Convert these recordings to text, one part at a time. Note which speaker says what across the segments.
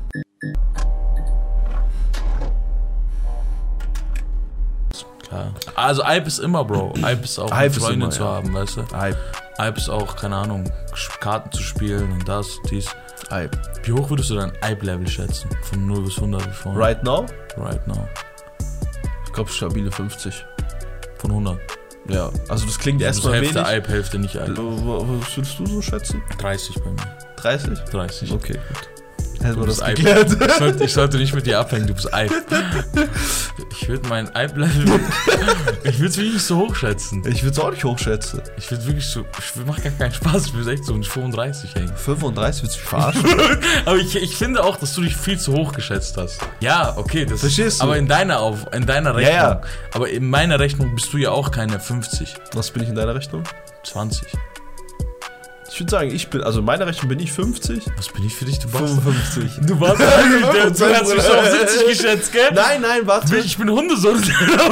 Speaker 1: Klar. Also Hype ist immer, Bro. Hype ist auch
Speaker 2: Hype
Speaker 1: Freunde
Speaker 2: immer,
Speaker 1: zu
Speaker 2: ja.
Speaker 1: haben, weißt du? Hype ist auch, keine Ahnung, Karten zu spielen und das, dies.
Speaker 2: Hype.
Speaker 1: Wie hoch würdest du dein Hype-Level schätzen? Von 0 bis 100 wie vorhin?
Speaker 2: Right now?
Speaker 1: Right now.
Speaker 2: Ich glaube stabile 50.
Speaker 1: Von 100.
Speaker 2: Ja, also das klingt
Speaker 1: Das ist
Speaker 2: erstmal
Speaker 1: Hälfte
Speaker 2: wenig.
Speaker 1: Hype, Hälfte nicht Hype.
Speaker 2: Was würdest du so schätzen?
Speaker 1: 30 bei mir.
Speaker 2: 30?
Speaker 1: 30.
Speaker 2: Okay, gut. Hätten wir das
Speaker 1: Hype.
Speaker 2: geklärt.
Speaker 1: Ich sollte nicht mit dir abhängen, du bist Hype. Ich würde mein Hype-Level, ich würde es wirklich nicht so hoch schätzen.
Speaker 2: Ich würde es auch nicht hochschätzen.
Speaker 1: Ich würde wirklich so, ich mache gar keinen Spaß, ich würde echt so mit 35 hängen.
Speaker 2: 35 willst du mich verarschen?
Speaker 1: Aber ich finde auch, dass du dich viel zu hoch geschätzt hast. Ja, okay, das
Speaker 2: Verstehst du?
Speaker 1: Aber in deiner Rechnung.
Speaker 2: Ja.
Speaker 1: Aber in meiner Rechnung bist du ja auch keine 50.
Speaker 2: Was bin ich in deiner Rechnung?
Speaker 1: 20.
Speaker 2: Ich würde sagen, in meiner Rechnung bin ich 50.
Speaker 1: Was bin ich für dich? Du warst
Speaker 2: 55.
Speaker 1: Du hast mich so auf 70 geschätzt, gell?
Speaker 2: Nein, warte.
Speaker 1: Ich bin Hundesohn.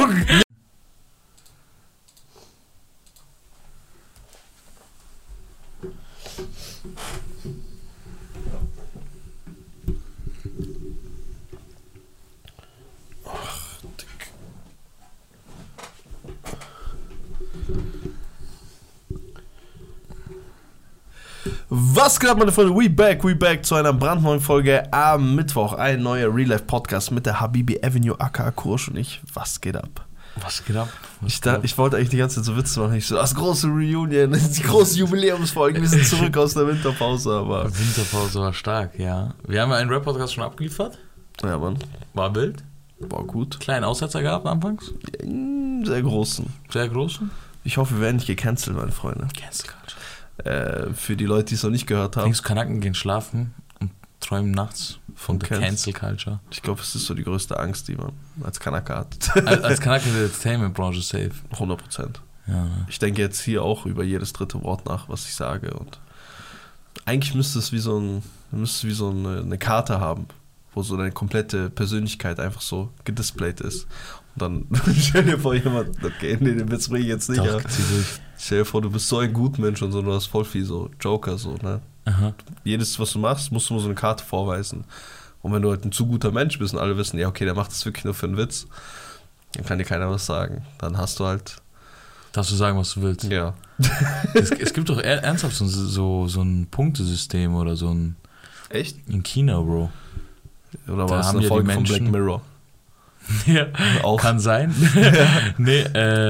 Speaker 2: Was geht ab, meine Freunde? We back zu einer brandneuen Folge am Mittwoch. Ein neuer Real Life Podcast mit der Habibi Avenue aka Kursch und ich. Was geht ab?
Speaker 1: Was geht ab?
Speaker 2: Ich wollte eigentlich die ganze Zeit so Witze machen. Ich so, das große Reunion, die große Jubiläumsfolge. Wir sind zurück aus der Winterpause, aber.
Speaker 1: Winterpause war stark, ja. Wir haben ja einen Rap-Podcast schon abgeliefert.
Speaker 2: Ja, Mann.
Speaker 1: War wild.
Speaker 2: War gut.
Speaker 1: Kleinen Aussetzer gehabt anfangs.
Speaker 2: Sehr großen.
Speaker 1: Sehr großen.
Speaker 2: Ich hoffe, wir werden nicht gecancelt, meine Freunde.
Speaker 1: Cancel Culture.
Speaker 2: Für die Leute, die es noch nicht gehört haben.
Speaker 1: Denkst du, Kanaken gehen schlafen und träumen nachts von der
Speaker 2: Cancel
Speaker 1: Culture?
Speaker 2: Ich glaube, es ist so die größte Angst, die man als Kanake hat.
Speaker 1: Als Kanake in der Entertainment-Branche safe.
Speaker 2: 100%.
Speaker 1: Ja, ne?
Speaker 2: Ich denke jetzt hier auch über jedes dritte Wort nach, was ich sage. Und eigentlich müsste es wie so eine Karte haben, wo so deine komplette Persönlichkeit einfach so gedisplayt ist. Und dann stell dir vor, jemand, okay, nee, den Witz bringe ich jetzt nicht.
Speaker 1: Doch, zieh durch.
Speaker 2: Stell dir vor, du bist so ein Gutmensch und so, du hast voll viel so Joker, so, ne?
Speaker 1: Aha.
Speaker 2: Jedes, was du machst, musst du nur so eine Karte vorweisen. Und wenn du halt ein zu guter Mensch bist und alle wissen, ja, okay, der macht das wirklich nur für einen Witz, dann kann dir keiner was sagen. Dann hast du halt.
Speaker 1: Darfst du sagen, was du willst?
Speaker 2: Ja.
Speaker 1: Es gibt doch ernsthaft so ein Punktesystem oder so ein.
Speaker 2: Echt?
Speaker 1: In China, Bro.
Speaker 2: Oder
Speaker 1: Da
Speaker 2: war es
Speaker 1: haben
Speaker 2: eine
Speaker 1: ja
Speaker 2: Folge
Speaker 1: die
Speaker 2: von Black
Speaker 1: Menschen-
Speaker 2: Mirror?
Speaker 1: Ja,
Speaker 2: Auch.
Speaker 1: kann sein. Nee,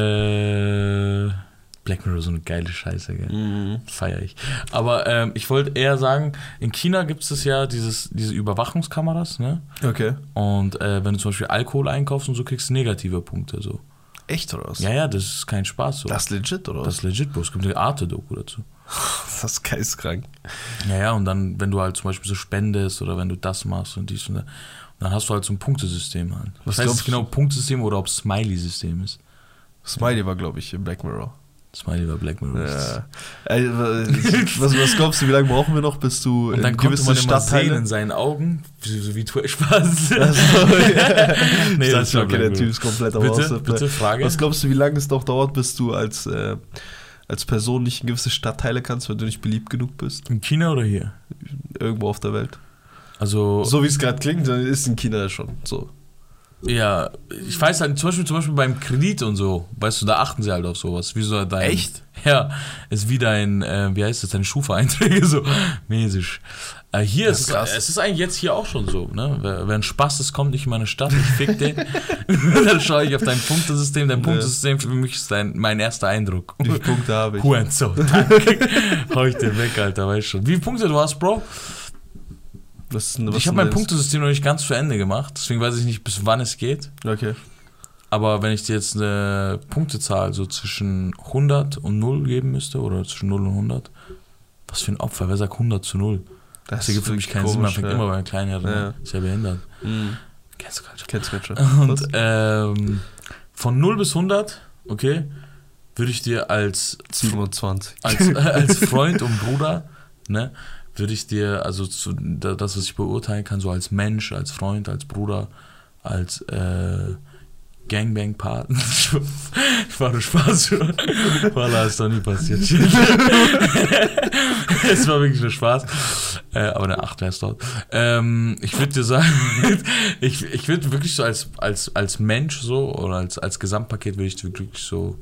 Speaker 1: Black Mirror, so eine geile Scheiße, gell?
Speaker 2: Mhm.
Speaker 1: Feier ich. Aber ich wollte eher sagen, in China gibt es ja diese Überwachungskameras, ne?
Speaker 2: Okay.
Speaker 1: Und wenn du zum Beispiel Alkohol einkaufst und so, kriegst du negative Punkte, so.
Speaker 2: Echt, oder was?
Speaker 1: Ja, das ist kein Spaß, so.
Speaker 2: Das ist legit, oder was?
Speaker 1: Das ist legit, Bro. Es gibt eine Arte-Doku dazu.
Speaker 2: Das ist geistkrank.
Speaker 1: Ja, und dann, wenn du halt zum Beispiel so spendest oder wenn du das machst und dies und das, dann hast du halt so ein Punktesystem halt.
Speaker 2: Was
Speaker 1: Ich weiß
Speaker 2: glaubst
Speaker 1: nicht genau, Punktesystem oder ob Smiley-System ist.
Speaker 2: Smiley war, glaube ich, in Black Mirror.
Speaker 1: Smiley war Black Mirror.
Speaker 2: Ja. Ey, was glaubst du, wie lange brauchen wir noch, bis du
Speaker 1: Und dann
Speaker 2: in
Speaker 1: konnte
Speaker 2: gewisse
Speaker 1: man immer sehen
Speaker 2: Stadtteile...
Speaker 1: in seinen Augen, so wie Spaß.
Speaker 2: Also, ja.
Speaker 1: Nee,
Speaker 2: Ich
Speaker 1: das
Speaker 2: dachte,
Speaker 1: war
Speaker 2: okay, der
Speaker 1: Black
Speaker 2: Typ ist komplett am
Speaker 1: Bitte,
Speaker 2: Ausflippen.
Speaker 1: bitte, Frage.
Speaker 2: Was glaubst du, wie lange es noch dauert, bis du als Person nicht in gewisse Stadtteile kannst, weil du nicht beliebt genug bist?
Speaker 1: In China oder hier?
Speaker 2: Irgendwo auf der Welt.
Speaker 1: Also,
Speaker 2: So wie es gerade klingt, dann ist in China schon so.
Speaker 1: ja, ich weiß halt, zum Beispiel beim Kredit und so, weißt du, da achten sie halt auf sowas. Wie so dein,
Speaker 2: Echt?
Speaker 1: Ja, ist wie dein, wie heißt das, deine Schufa-Einträge, so mäßig. Hier
Speaker 2: Das
Speaker 1: ist
Speaker 2: ist krass.
Speaker 1: es ist eigentlich jetzt hier auch schon so, ne? Wenn Spaß ist, kommt nicht in meine Stadt, ich fick den. Dann schaue ich auf dein Punktesystem. Dein Punktesystem für mich ist mein erster Eindruck.
Speaker 2: Wie viele Punkte habe ich?
Speaker 1: Hurensohn, danke. Hau ich den weg, Alter, weißt schon. Wie viele Punkte du hast, Bro?
Speaker 2: Was
Speaker 1: Ich habe mein Punktesystem noch nicht ganz zu Ende gemacht, deswegen weiß ich nicht, bis wann es geht.
Speaker 2: Okay.
Speaker 1: Aber wenn ich dir jetzt eine Punktezahl so zwischen 100 und 0 geben müsste, oder zwischen 0 und 100, was für ein Opfer, wer sagt 100 zu 0? Das ergibt für mich keinen Sinn, man fängt immer bei Kleineren an. Ist ja behindert. Kennst du Culture? Und von 0 bis 100, okay, würde ich dir als
Speaker 2: 27.
Speaker 1: als Freund und Bruder, ne, würde ich dir, also das, was ich beurteilen kann, so als Mensch, als Freund, als Bruder, als Gangbang-Paten. Ich war nur Spaß. Voila, ist doch nie passiert. Es war wirklich nur Spaß. Aber eine 8 wäre es dort. Ich würde dir sagen, ich würde wirklich so als Mensch so oder als Gesamtpaket würde ich wirklich so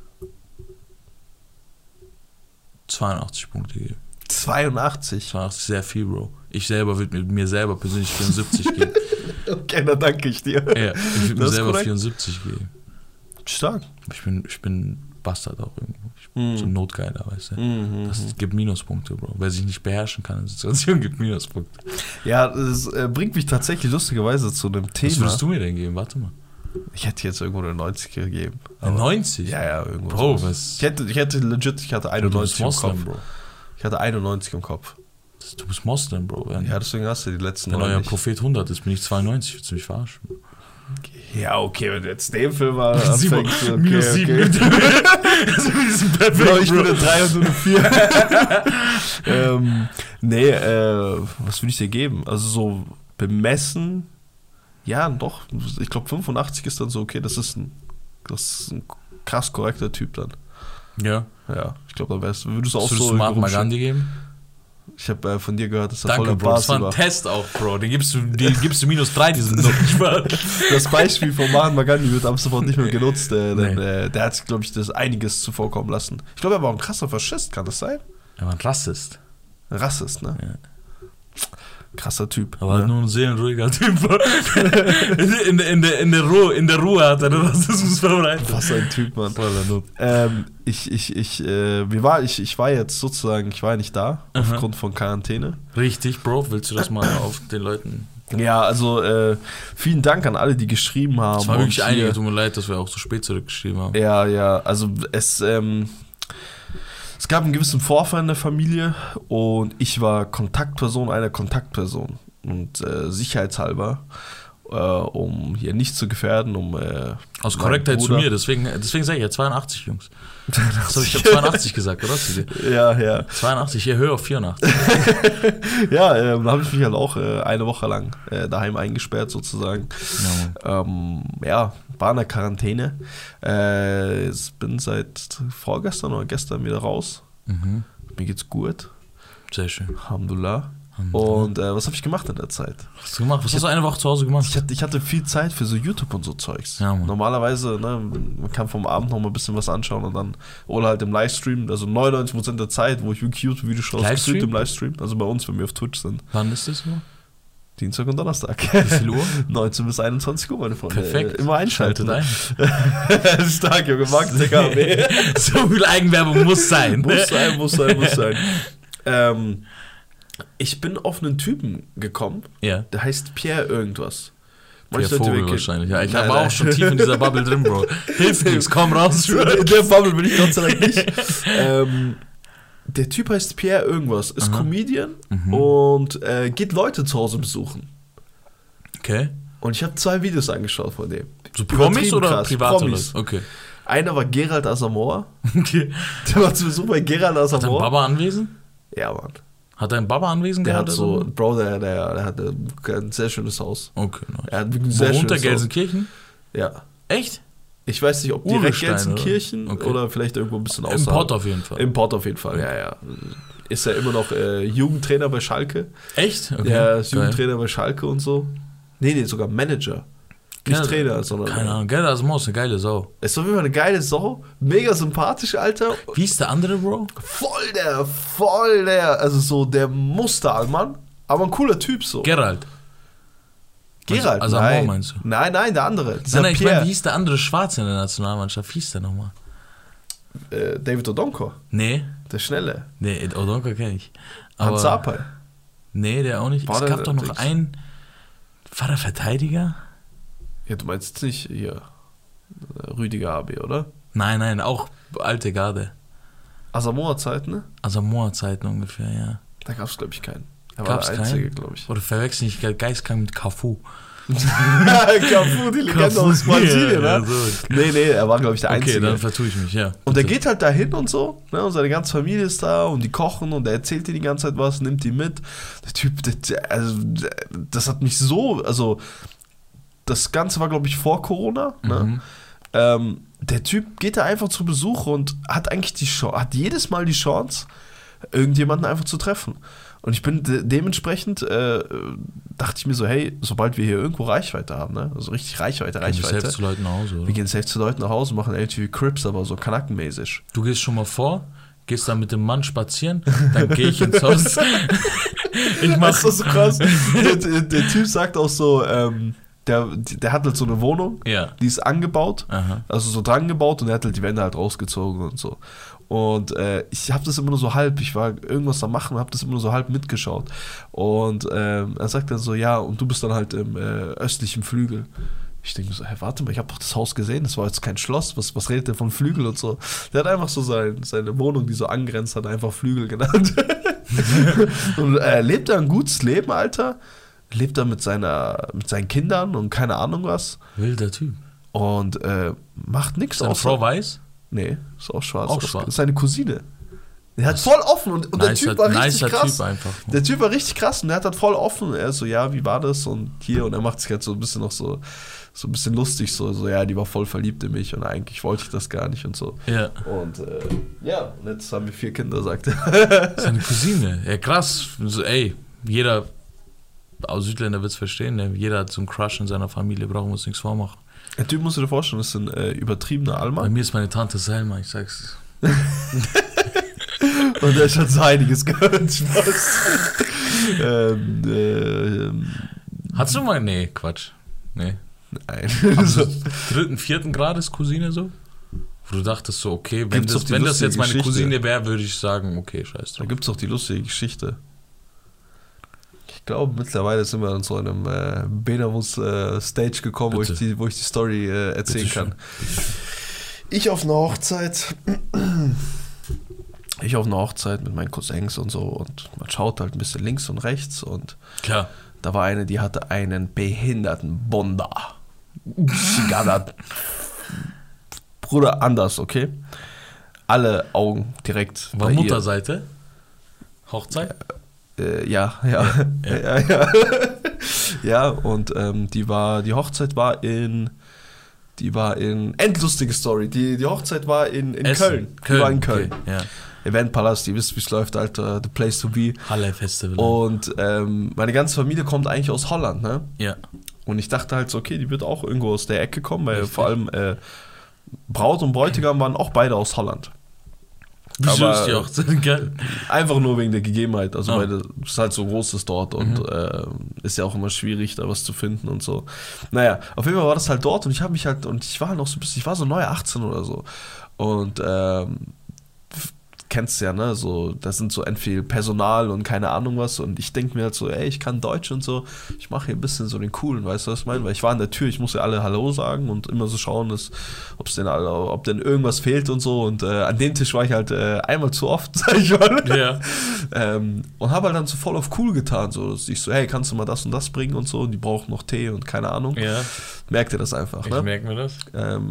Speaker 1: 82 Punkte geben.
Speaker 2: 82?
Speaker 1: 82, sehr viel, Bro. Ich selber würde mir selber persönlich 74 geben.
Speaker 2: Okay, dann danke ich dir.
Speaker 1: Ja, ich würde mir selber korrekt. 74 geben.
Speaker 2: Stark.
Speaker 1: Ich bin Bastard auch irgendwo. Ich bin so ein Notgeiler, weißt du. Das gibt Minuspunkte, Bro. Wer sich nicht beherrschen kann in der Situation, gibt Minuspunkte.
Speaker 2: Ja, das bringt mich tatsächlich lustigerweise zu einem Thema.
Speaker 1: Was würdest du mir denn geben? Warte mal.
Speaker 2: Ich hätte jetzt irgendwo eine 90 gegeben.
Speaker 1: Eine 90?
Speaker 2: Ja, irgendwo.
Speaker 1: Bro, was?
Speaker 2: Ich hatte legit, ich hatte 91 im Kopf.
Speaker 1: Bro.
Speaker 2: Ich hatte 91 im Kopf.
Speaker 1: Du bist Moslem, Bro.
Speaker 2: Ja, deswegen hast du die letzten.
Speaker 1: Wenn euer Prophet 100 ist, bin ich 92. Willst du mich verarschen?
Speaker 2: Ja, okay, wenn du jetzt den Film mal anfängst. Okay,
Speaker 1: minus 7.
Speaker 2: Also, wir sind perfekt, Bro, ich bin eine 3 und du eine 4. Was würde ich dir geben? Also so bemessen, ja, doch. Ich glaube 85 ist dann so, okay, das ist ein krass korrekter Typ dann.
Speaker 1: Ja.
Speaker 2: Ja, ich glaube, dann würdest du auch
Speaker 1: so.
Speaker 2: Würdest
Speaker 1: du Mahatma Gandhi geben?
Speaker 2: Ich habe von dir gehört, dass er
Speaker 1: voller Bro, das war ein Test auch, Bro. Den gibst du minus 3, diesen
Speaker 2: Das Beispiel von Mahatma Gandhi wird ab sofort nicht mehr genutzt. Der hat, glaube ich, das einiges zuvorkommen lassen. Ich glaube, er war ein krasser Faschist, kann das sein?
Speaker 1: Er war ein Rassist.
Speaker 2: Ein Rassist, ne? Ja. Krasser Typ.
Speaker 1: Aber nur ein seelenruhiger Typ. in der Ruhe hat er den Rassismus verbreitet.
Speaker 2: Was ein Typ, Mann. Ich war jetzt sozusagen, ich war ja nicht da, aufgrund von Quarantäne.
Speaker 1: Richtig, Bro. Willst du das mal auf den Leuten...
Speaker 2: Ja, also vielen Dank an alle, die geschrieben haben.
Speaker 1: Es war wirklich einige, tut mir leid, dass wir auch so spät zurückgeschrieben haben.
Speaker 2: Ja, also es gab einen gewissen Vorfall in der Familie und ich war Kontaktperson einer Kontaktperson. Und sicherheitshalber, um hier nicht zu gefährden,
Speaker 1: aus Korrektheit zu mir, deswegen sage ich ja 82, Jungs. Also ich habe 82 gesagt, oder?
Speaker 2: Ja.
Speaker 1: 82, hier höher auf 84.
Speaker 2: Ja, da habe ich mich halt auch eine Woche lang daheim eingesperrt sozusagen. Ja, war in der Quarantäne. Ich bin seit vorgestern oder gestern wieder raus. Mir geht's gut.
Speaker 1: Sehr schön.
Speaker 2: Alhamdulillah. Und was habe ich gemacht in der Zeit?
Speaker 1: Was hast du gemacht? Was hast du eine Woche zu Hause gemacht?
Speaker 2: Ich hatte viel Zeit für so YouTube und so Zeugs.
Speaker 1: Ja,
Speaker 2: normalerweise, ne, man kann vom Abend noch mal ein bisschen was anschauen und dann, oder halt im Livestream, also 99% der Zeit, wo ich wirklich YouTube-Videos schaue, ist im Livestream, also bei uns, wenn wir auf Twitch sind.
Speaker 1: Wann ist das so?
Speaker 2: Dienstag und Donnerstag.
Speaker 1: Wie viel Uhr?
Speaker 2: 19 bis 21 Uhr, meine Freunde.
Speaker 1: Perfekt.
Speaker 2: Immer einschalten.
Speaker 1: Stark,
Speaker 2: Junge, Marketing.
Speaker 1: So viel Eigenwerbung muss sein.
Speaker 2: Muss sein. Ich bin auf einen Typen gekommen, der heißt Pierre irgendwas.
Speaker 1: Pierre Vogel wahrscheinlich. Ja, ich war auch schon tief in dieser Bubble drin, Bro. Hilft nichts, komm raus.
Speaker 2: In der Bubble bin ich Gott sei Dank nicht. Der Typ heißt Pierre irgendwas, ist Comedian und geht Leute zu Hause besuchen.
Speaker 1: Okay.
Speaker 2: Und ich habe 2 Videos angeschaut von dem.
Speaker 1: So Promis oder private Promis? Okay.
Speaker 2: Einer war Gerald Asamoah. Okay. Der war zu Besuch bei Gerald Asamoah.
Speaker 1: Hat dein Baba anwesend?
Speaker 2: Ja, Mann.
Speaker 1: Hat dein Baba anwesend
Speaker 2: gehabt? Der hat ein sehr schönes Haus.
Speaker 1: Okay, nice.
Speaker 2: Er hat wirklich ein sehr schönes Haus.
Speaker 1: Gelsenkirchen?
Speaker 2: Ja.
Speaker 1: Echt?
Speaker 2: Ich weiß nicht, ob direkt Gelsenkirchen oder vielleicht irgendwo ein bisschen außerhalb.
Speaker 1: Import auf jeden Fall.
Speaker 2: Import auf jeden Fall, ja. Ist ja immer noch Jugendtrainer bei Schalke.
Speaker 1: Echt?
Speaker 2: Okay. Der ist Jugendtrainer bei Schalke und so. Nee, sogar Manager. Nicht Trainer, sondern...
Speaker 1: Keine Ahnung, Gerald Asamoah ist eine geile Sau.
Speaker 2: Ist auf jeden Fall eine geile Sau. Mega sympathisch, Alter.
Speaker 1: Wie ist der andere, Bro?
Speaker 2: Voll der. Also so der Mustermann. Aber ein cooler Typ so.
Speaker 1: Gerald,
Speaker 2: Asamoah
Speaker 1: meinst du?
Speaker 2: Nein, der andere.
Speaker 1: Nein, ich meine, wie hieß der andere Schwarze in der Nationalmannschaft? Wie hieß der nochmal?
Speaker 2: David Odonko.
Speaker 1: Nee.
Speaker 2: Der Schnelle.
Speaker 1: Nee, Odonko kenne ich.
Speaker 2: Hans Sapai.
Speaker 1: Nee, der auch nicht. Es gab doch noch einen... War der Verteidiger?
Speaker 2: Ja, du meinst jetzt nicht hier Rüdiger AB, oder?
Speaker 1: Nein, auch alte Garde.
Speaker 2: Asamoah-Zeiten, ne?
Speaker 1: Asamoah-Zeiten ungefähr, ja.
Speaker 2: Da gab es, glaube ich, keinen. Er war der Einzige, glaube ich.
Speaker 1: Oder verwechsel ich geistkrank mit Cafu.
Speaker 2: Cafu, die Legende aus Brasilien, ne? So. Nee, er war, glaube ich, der Einzige.
Speaker 1: Okay, dann vertue ich mich, ja.
Speaker 2: Und er geht halt dahin und so, ne? Und seine ganze Familie ist da und die kochen und er erzählt dir die ganze Zeit was, nimmt die mit. Der Typ, das hat mich so, also... das Ganze war, glaube ich, vor Corona, ne? Der Typ geht da einfach zu Besuch und hat eigentlich hat jedes Mal die Chance, irgendjemanden einfach zu treffen. Und ich bin dementsprechend, dachte ich mir so, hey, sobald wir hier irgendwo Reichweite haben, ne? Also richtig Reichweite.
Speaker 1: Wir gehen safe zu Leuten nach Hause, oder?
Speaker 2: Wir gehen safe zu Leuten nach Hause, machen LTV Crips, aber so kanackenmäßig.
Speaker 1: Du gehst schon mal vor, gehst dann mit dem Mann spazieren, dann gehe ich ins Haus.
Speaker 2: Das ist so krass. Der Typ sagt auch so, der hat halt so eine Wohnung, die ist angebaut, also so dran gebaut und er hat halt die Wände halt rausgezogen und so. Und ich habe das immer nur so halb, ich war irgendwas am Machen, habe das immer nur so halb mitgeschaut. Und er sagt dann so, ja, und du bist dann halt im östlichen Flügel. Ich denke so, warte mal, ich habe doch das Haus gesehen, das war jetzt kein Schloss, was redet der von Flügel und so. Der hat einfach so seine Wohnung, die so angrenzt hat, einfach Flügel genannt. Und lebt da ein gutes Leben, Alter. Lebt da mit seinen Kindern und keine Ahnung was.
Speaker 1: Wilder Typ.
Speaker 2: Und macht nichts
Speaker 1: aus. Seine Frau weiß?
Speaker 2: Nee, ist auch schwarz.
Speaker 1: Auch schwarz.
Speaker 2: Das ist seine Cousine. Der hat voll offen und der Typ war richtig krass.
Speaker 1: Typ einfach.
Speaker 2: Der Typ war richtig krass und der hat halt voll offen. Er so, ja, wie war das? Und hier, und er macht sich halt so ein bisschen noch so ein bisschen lustig, so, ja, die war voll verliebt in mich und eigentlich wollte ich das gar nicht und so.
Speaker 1: Ja.
Speaker 2: Und und jetzt haben wir 4 Kinder, sagt er.
Speaker 1: Seine Cousine, ja krass. So, ey, jeder aus Südländer wird es verstehen, ne? Jeder hat so einen Crush in seiner Familie, brauchen wir uns nichts vormachen.
Speaker 2: Der Typ, musst du dir vorstellen, ist ein übertriebener Allmann.
Speaker 1: Bei mir ist meine Tante Selma, ich sag's.
Speaker 2: Und er hat schon so einiges gehört. Spaß.
Speaker 1: Hattest du mal? Nee, Quatsch. Nee.
Speaker 2: Nein.
Speaker 1: Also 3., 4. Grades Cousine so? Wo du dachtest so, okay, wenn das jetzt meine Cousine wäre, würde ich sagen, okay, scheiß drauf.
Speaker 2: Da gibt's doch die lustige Geschichte. Ich glaube, mittlerweile sind wir an so einem Benavus-Stage gekommen, wo ich die Story erzählen kann. Ich auf einer Hochzeit mit meinen Cousins und so und man schaut halt ein bisschen links und rechts und
Speaker 1: klar.
Speaker 2: Da war eine, die hatte einen behinderten Bunda. Bruder, anders, okay? Alle Augen direkt
Speaker 1: war Mutterseite? Hochzeit?
Speaker 2: Ja. Ja, und die Hochzeit war in endlustige Story. Die Hochzeit war in Köln. Die war in Köln.
Speaker 1: Okay, ja.
Speaker 2: Eventpalast, ihr wisst, wie es läuft, Alter, the place to be.
Speaker 1: Halle Festival.
Speaker 2: Und meine ganze Familie kommt eigentlich aus Holland, ne?
Speaker 1: Ja.
Speaker 2: Und ich dachte halt so, okay, die wird auch irgendwo aus der Ecke kommen, weil vor allem Braut und Bräutigam waren auch beide aus Holland.
Speaker 1: Wieso ist die Hochzeit geil?
Speaker 2: Einfach nur wegen der Gegebenheit, also weil es halt so groß ist dort und ist ja auch immer schwierig, da was zu finden und so. Naja, auf jeden Fall war das halt dort und ich habe mich halt, und ich war noch so ein bisschen, ich war so neu 18 oder so und kennst ja, ne, so, da sind so entweder Personal und keine Ahnung was und ich denke mir halt so, ey, ich kann Deutsch und so, ich mache hier ein bisschen so den Coolen, weißt du, was ich meine? Weil ich war an der Tür, ich muss ja alle Hallo sagen und immer so schauen, ob denn irgendwas fehlt und so und an dem Tisch war ich halt einmal zu oft, sag ich mal.
Speaker 1: Ja.
Speaker 2: Und habe halt dann so voll auf cool getan, so, dass ich so, hey, kannst du mal das und das bringen und so und die brauchen noch Tee und keine Ahnung.
Speaker 1: Ja.
Speaker 2: Merkt ihr das einfach, ne?
Speaker 1: Ich merke mir das.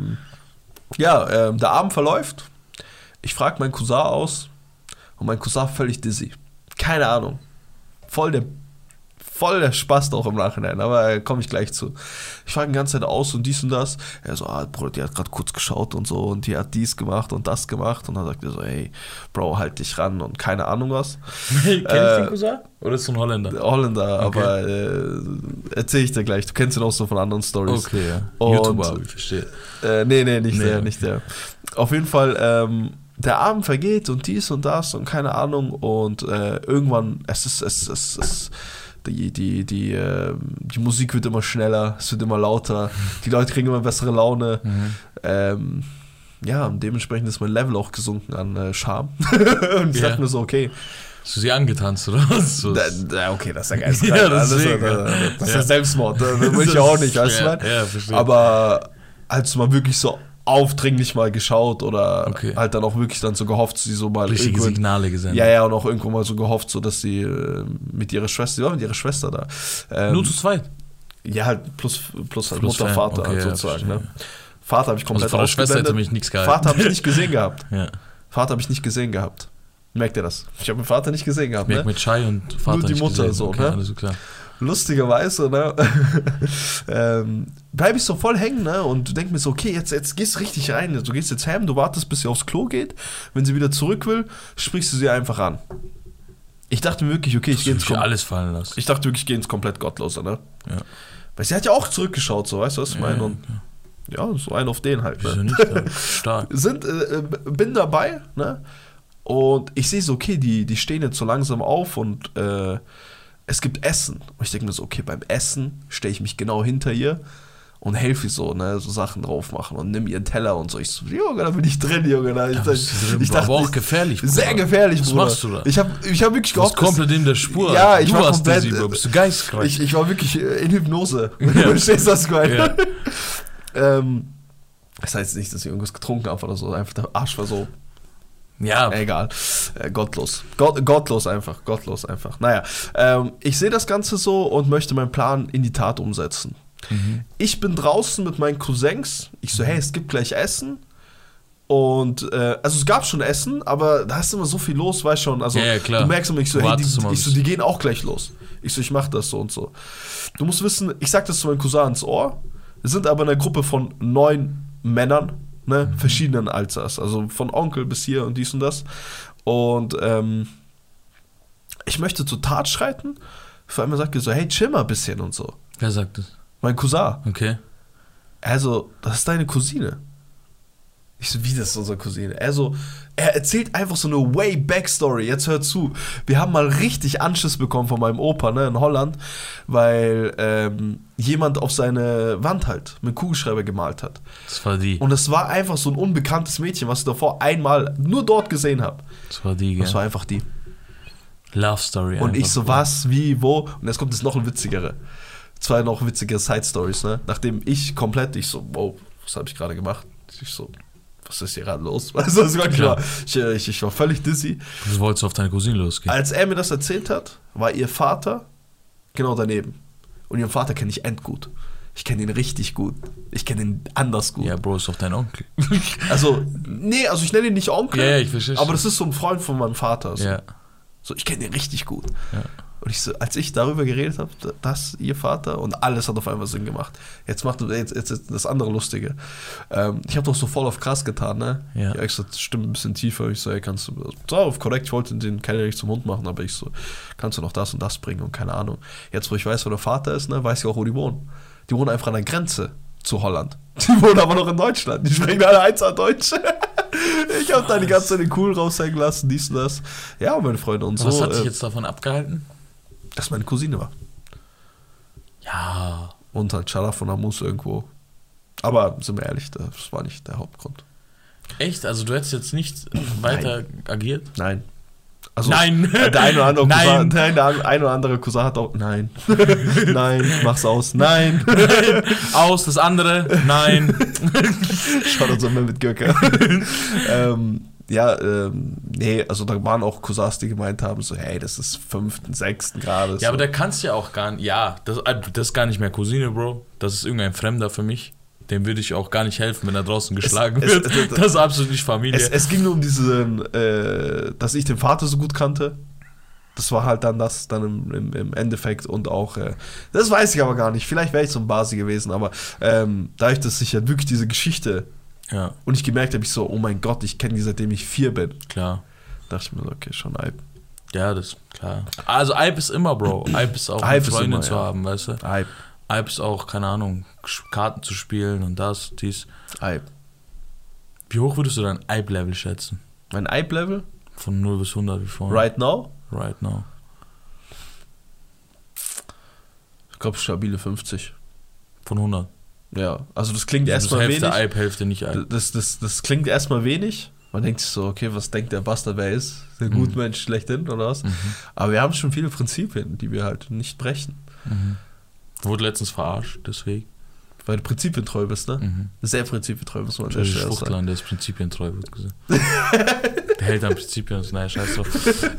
Speaker 2: Der Abend verläuft. Ich frage meinen Cousin aus und mein Cousin völlig dizzy. Keine Ahnung. Voll der Spaß auch im Nachhinein, aber komme ich gleich zu. Ich frage die ganze Zeit aus und dies und das. Er so, Bro, die hat gerade kurz geschaut und so und die hat dies gemacht und das gemacht. Und dann sagt er so, hey, Bro, halt dich ran und keine Ahnung was.
Speaker 1: Kenn ich den Cousin? Oder ist es ein Holländer?
Speaker 2: Holländer,
Speaker 1: okay.
Speaker 2: Aber erzähle ich dir gleich. Du kennst ihn auch so von anderen Stories.
Speaker 1: Okay, ja.
Speaker 2: Und,
Speaker 1: YouTuber, ich verstehe.
Speaker 2: Nee, nicht der. Auf jeden Fall, der Abend vergeht und dies und das und keine Ahnung und irgendwann, die Musik wird immer schneller, es wird immer lauter, die Leute kriegen immer bessere Laune. Und dementsprechend ist mein Level auch gesunken an Charme. Und ich dachte mir so, okay.
Speaker 1: Hast du sie angetanzt oder was?
Speaker 2: Okay, das ist ja geil. Das ist ja Selbstmord, das will ich ja auch nicht, weißt du mal?
Speaker 1: Ja, verstehe.
Speaker 2: Aber als du mal wirklich so aufdringlich mal geschaut oder halt dann auch wirklich dann so gehofft, sie so mal
Speaker 1: richtige Signale gesendet.
Speaker 2: Ja, und auch irgendwo mal so gehofft, so dass sie mit ihrer Schwester da.
Speaker 1: Nur zu zweit?
Speaker 2: Ja, halt plus halt Mutter, Vater halt sozusagen. Ne? Vater habe ich komplett
Speaker 1: ausgeblendet. Schwester hätte mich nichts gehalten.
Speaker 2: Vater habe ich nicht gesehen gehabt.
Speaker 1: Ja.
Speaker 2: Vater habe ich nicht gesehen gehabt. Merkt ihr das? Ich habe meinen Vater nicht gesehen gehabt.
Speaker 1: Merkt mit Chai und Vater
Speaker 2: nur die
Speaker 1: nicht
Speaker 2: Mutter
Speaker 1: gesehen.
Speaker 2: so,
Speaker 1: okay,
Speaker 2: ne?
Speaker 1: Alles klar.
Speaker 2: lustigerweise, ne, bleibe ich so voll hängen, ne, und du denkst mir so, okay, jetzt gehst du richtig rein, du gehst jetzt heim, du wartest, bis sie aufs Klo geht, wenn sie wieder zurück will, sprichst du sie einfach an. Ich dachte mir wirklich, okay, ich gehe ins komplett Gottlose, ne. Ja. Weil sie hat ja auch zurückgeschaut, so, weißt du, was ich meine? Und ja, so einen auf den halt, ne.
Speaker 1: Stark.
Speaker 2: Bin dabei, ne, und ich sehe so, okay, die stehen jetzt so langsam auf und es gibt Essen. Und ich denke mir so, okay, beim Essen stelle ich mich genau hinter ihr und helfe ihr so, ne, so Sachen drauf machen und nimm ihren Teller und so. Ich so, Junge, da bin ich drin, Junge. Ich dachte,
Speaker 1: aber auch gefährlich, Bruder.
Speaker 2: Sehr gefährlich, Bruder.
Speaker 1: Was machst du da?
Speaker 2: Ich hab wirklich gehofft.
Speaker 1: Du warst komplett in der Spur.
Speaker 2: Ja, ich war
Speaker 1: warst
Speaker 2: komplett.
Speaker 1: Bro. Bist du geistkrank?
Speaker 2: Ich war wirklich in Hypnose. Du verstehst das, meine? Ja. Das heißt nicht, dass ich irgendwas getrunken habe oder so. Einfach der Arsch war so. Ja. Egal. Gottlos. Gottlos einfach. Naja, ich sehe das Ganze so und möchte meinen Plan in die Tat umsetzen. Mhm. Ich bin draußen mit meinen Cousins. Ich so, hey, es gibt gleich Essen. Und, also es gab schon Essen, aber da ist immer so viel los, weißt schon. Also,
Speaker 1: klar.
Speaker 2: Du merkst immer, ich so, hey, die gehen auch gleich los. Ich so, ich mach das so und so. Du musst wissen, ich sag das zu meinem Cousin ins Ohr. Wir sind aber in einer Gruppe von 9 Männern. Ne, verschiedenen Alters, also von Onkel bis hier und dies und das. Und ich möchte zur Tat schreiten. Vor allem sagt er so, hey, chill mal ein bisschen und so.
Speaker 1: Wer sagt das?
Speaker 2: Mein Cousin.
Speaker 1: Okay.
Speaker 2: Also, das ist deine Cousine. Ich so, wie, das ist unsere Cousine? Also, er erzählt einfach so eine Way-Back-Story. Jetzt hört zu. Wir haben mal richtig Anschiss bekommen von meinem Opa, ne, in Holland, weil jemand auf seine Wand halt mit Kugelschreiber gemalt hat.
Speaker 1: Das war die.
Speaker 2: Und es war einfach so ein unbekanntes Mädchen, was ich davor einmal nur dort gesehen habe.
Speaker 1: Das war die, gell?
Speaker 2: Das war einfach die.
Speaker 1: Love Story.
Speaker 2: Und ich so, was, wie, wo? Und jetzt kommt es noch ein witzigere. 2 noch witzige Side-Stories, ne? Nachdem ich so, wow, was habe ich gerade gemacht? Ich so, was ist hier gerade los? Also, das war klar. Ich war völlig dizzy.
Speaker 1: Du wolltest auf deine Cousine losgehen.
Speaker 2: Als er mir das erzählt hat, war ihr Vater genau daneben. Und ihren Vater kenne ich endgut. Ich kenne ihn richtig gut. Ich kenne ihn anders gut.
Speaker 1: Ja, Bro, ist doch dein Onkel.
Speaker 2: Also ich nenne ihn nicht Onkel.
Speaker 1: Ja, ich verstehe.
Speaker 2: Aber das ist so ein Freund von meinem Vater. So,
Speaker 1: ja.
Speaker 2: So, ich kenne ihn richtig gut.
Speaker 1: Ja.
Speaker 2: Und ich so, als ich darüber geredet habe, das ihr Vater, und alles hat auf einmal Sinn gemacht. Jetzt das andere Lustige. Ich habe doch so voll auf krass getan, ne?
Speaker 1: Ja.
Speaker 2: Ich so, das stimmt ein bisschen tiefer. Ich so, ey, kannst du, auf korrekt, ich wollte den Keller nicht zum Hund machen, aber ich so, kannst du noch das und das bringen und keine Ahnung. Jetzt, wo ich weiß, wo der Vater ist, ne, weiß ich auch, wo die wohnen. Die wohnen einfach an der Grenze zu Holland. Die wohnen aber noch in Deutschland. Die sprechen alle 1A Deutsch. Ich habe da die ganze Zeit den Cool raushängen lassen, dies und das. Ja, meine Freunde und so.
Speaker 1: Was hat dich jetzt davon abgehalten?
Speaker 2: Dass meine Cousine war.
Speaker 1: Ja.
Speaker 2: Und halt Scharaf und Amus irgendwo. Aber sind wir ehrlich, das war nicht der Hauptgrund.
Speaker 1: Echt? Also du hättest jetzt nicht weiter agiert?
Speaker 2: Nein. Also
Speaker 1: nein.
Speaker 2: Der ein oder andere Cousin hat auch. Nein. Nein, mach's aus. Nein.
Speaker 1: Aus, das andere. Nein.
Speaker 2: Schaut uns immer mit Göcker. Nee, also da waren auch Cousins, die gemeint haben, so, hey, das ist 5., 6. Grade.
Speaker 1: Ja,
Speaker 2: so.
Speaker 1: aber da kannst du ja auch gar nicht, das ist gar nicht mehr Cousine, Bro. Das ist irgendein Fremder für mich. Dem würde ich auch gar nicht helfen, wenn er draußen geschlagen wird. Das ist absolut nicht Familie.
Speaker 2: Es ging nur um dass ich den Vater so gut kannte. Das war halt dann im Endeffekt und auch, das weiß ich aber gar nicht. Vielleicht wäre ich so ein Basi gewesen, aber dadurch, dass ich ja wirklich diese Geschichte und ich gemerkt habe, ich so, oh mein Gott, ich kenne die, seitdem ich 4 bin.
Speaker 1: Klar.
Speaker 2: Dachte ich mir so, okay, schon Eib.
Speaker 1: Ja, das ist klar. Also Eib ist immer, Bro. Eib ist auch eine Freundin zu haben, weißt du? Eib ist auch, keine Ahnung, Karten zu spielen und das, dies.
Speaker 2: Eib.
Speaker 1: Wie hoch würdest du dein Eib-Level schätzen?
Speaker 2: Mein Eib-Level?
Speaker 1: Von 0 bis 100, wie vorhin.
Speaker 2: Right now?
Speaker 1: Right now.
Speaker 2: Ich glaube, stabile 50.
Speaker 1: Von 100?
Speaker 2: Ja, also das klingt erstmal wenig.
Speaker 1: Hälfte Eib, Hälfte nicht Eib.
Speaker 2: Das klingt erstmal wenig. Man denkt sich so, okay, was denkt der Bastard, wer ist? Der Gutmensch schlechthin oder was? Aber wir haben schon viele Prinzipien, die wir halt nicht brechen.
Speaker 1: Wurde letztens verarscht, deswegen.
Speaker 2: Weil du prinzipientreu bist, ne? Sehr prinzipientreu, muss man an der Stelle sagen.
Speaker 1: Der ist prinzipientreu, wird gesagt. Der hält an Prinzipien, naja, scheiß drauf.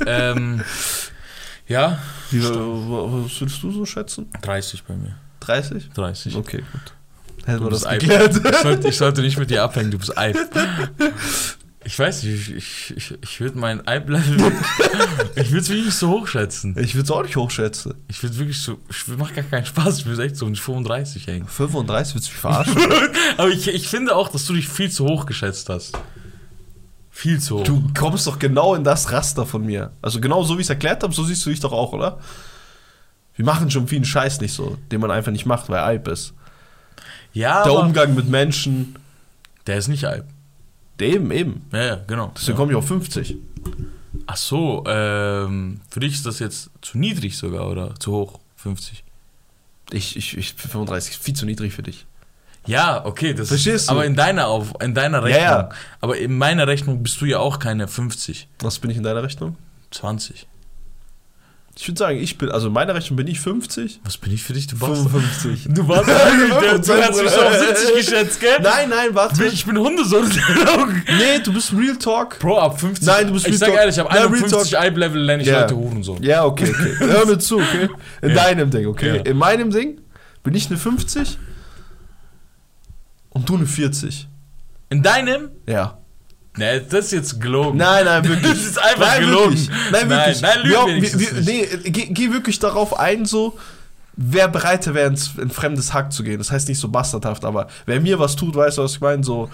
Speaker 1: Ja.
Speaker 2: Was würdest du so schätzen?
Speaker 1: 30 bei mir.
Speaker 2: 30?
Speaker 1: 30.
Speaker 2: Okay, gut. Hätten wir das geklärt.
Speaker 1: Ich sollte nicht mit dir abhängen, du bist Eib. Ich weiß nicht, ich würde mein Hype-Level, ich würde es wirklich nicht so hochschätzen.
Speaker 2: Ich würde es auch nicht hochschätzen.
Speaker 1: Ich würde wirklich so, macht gar keinen Spaß, ich würde echt so um 35 hängen.
Speaker 2: 35 willst du mich verarschen?
Speaker 1: Aber ich finde auch, dass du dich viel zu hoch geschätzt hast. Viel zu hoch.
Speaker 2: Du kommst doch genau in das Raster von mir. Also genau so, wie ich es erklärt habe, so siehst du dich doch auch, oder? Wir machen schon vielen Scheiß nicht so, den man einfach nicht macht, weil Hype ist.
Speaker 1: Ja,
Speaker 2: der Umgang mit Menschen.
Speaker 1: Der ist nicht Hype.
Speaker 2: Eben.
Speaker 1: Ja, genau.
Speaker 2: Deswegen komme ich auf 50.
Speaker 1: Ach so, für dich ist das jetzt zu niedrig sogar oder zu hoch? 50?
Speaker 2: Ich 35 ist viel zu niedrig für dich.
Speaker 1: Ja, okay, das
Speaker 2: Verstehst
Speaker 1: ist
Speaker 2: du?
Speaker 1: Aber in deiner Rechnung.
Speaker 2: Ja.
Speaker 1: Aber in meiner Rechnung bist du ja auch keine 50.
Speaker 2: Was bin ich in deiner Rechnung?
Speaker 1: 20.
Speaker 2: Ich würde sagen, also in meiner Rechnung bin ich 50.
Speaker 1: Was bin ich für dich? Du
Speaker 2: 55.
Speaker 1: Du warst du hast mich schon auf 70 geschätzt, gell?
Speaker 2: Nein, warte.
Speaker 1: Ich bin Hundesohn in deinen Augen.
Speaker 2: Nee, du bist Real Talk.
Speaker 1: Bro, ab 50.
Speaker 2: Nein, du bist Real Talk.
Speaker 1: Ich sag ehrlich, ab 51 Hype-Level lerne ich Leute Hurensohn.
Speaker 2: Ja, okay. Hör mir zu, okay? In deinem Ding, okay? Ja. In meinem Ding bin ich eine 50 und du eine 40.
Speaker 1: In deinem?
Speaker 2: Ja.
Speaker 1: Nee, das ist jetzt gelogen.
Speaker 2: Nein, wirklich.
Speaker 1: Das ist einfach gelogen.
Speaker 2: Wirklich. Nein, wirklich.
Speaker 1: Nein, lügen
Speaker 2: geh wirklich darauf ein, so, wer bereit wäre, in ein fremdes Hack zu gehen. Das heißt nicht so bastardhaft, aber wer mir was tut, weißt du, was ich meine? So.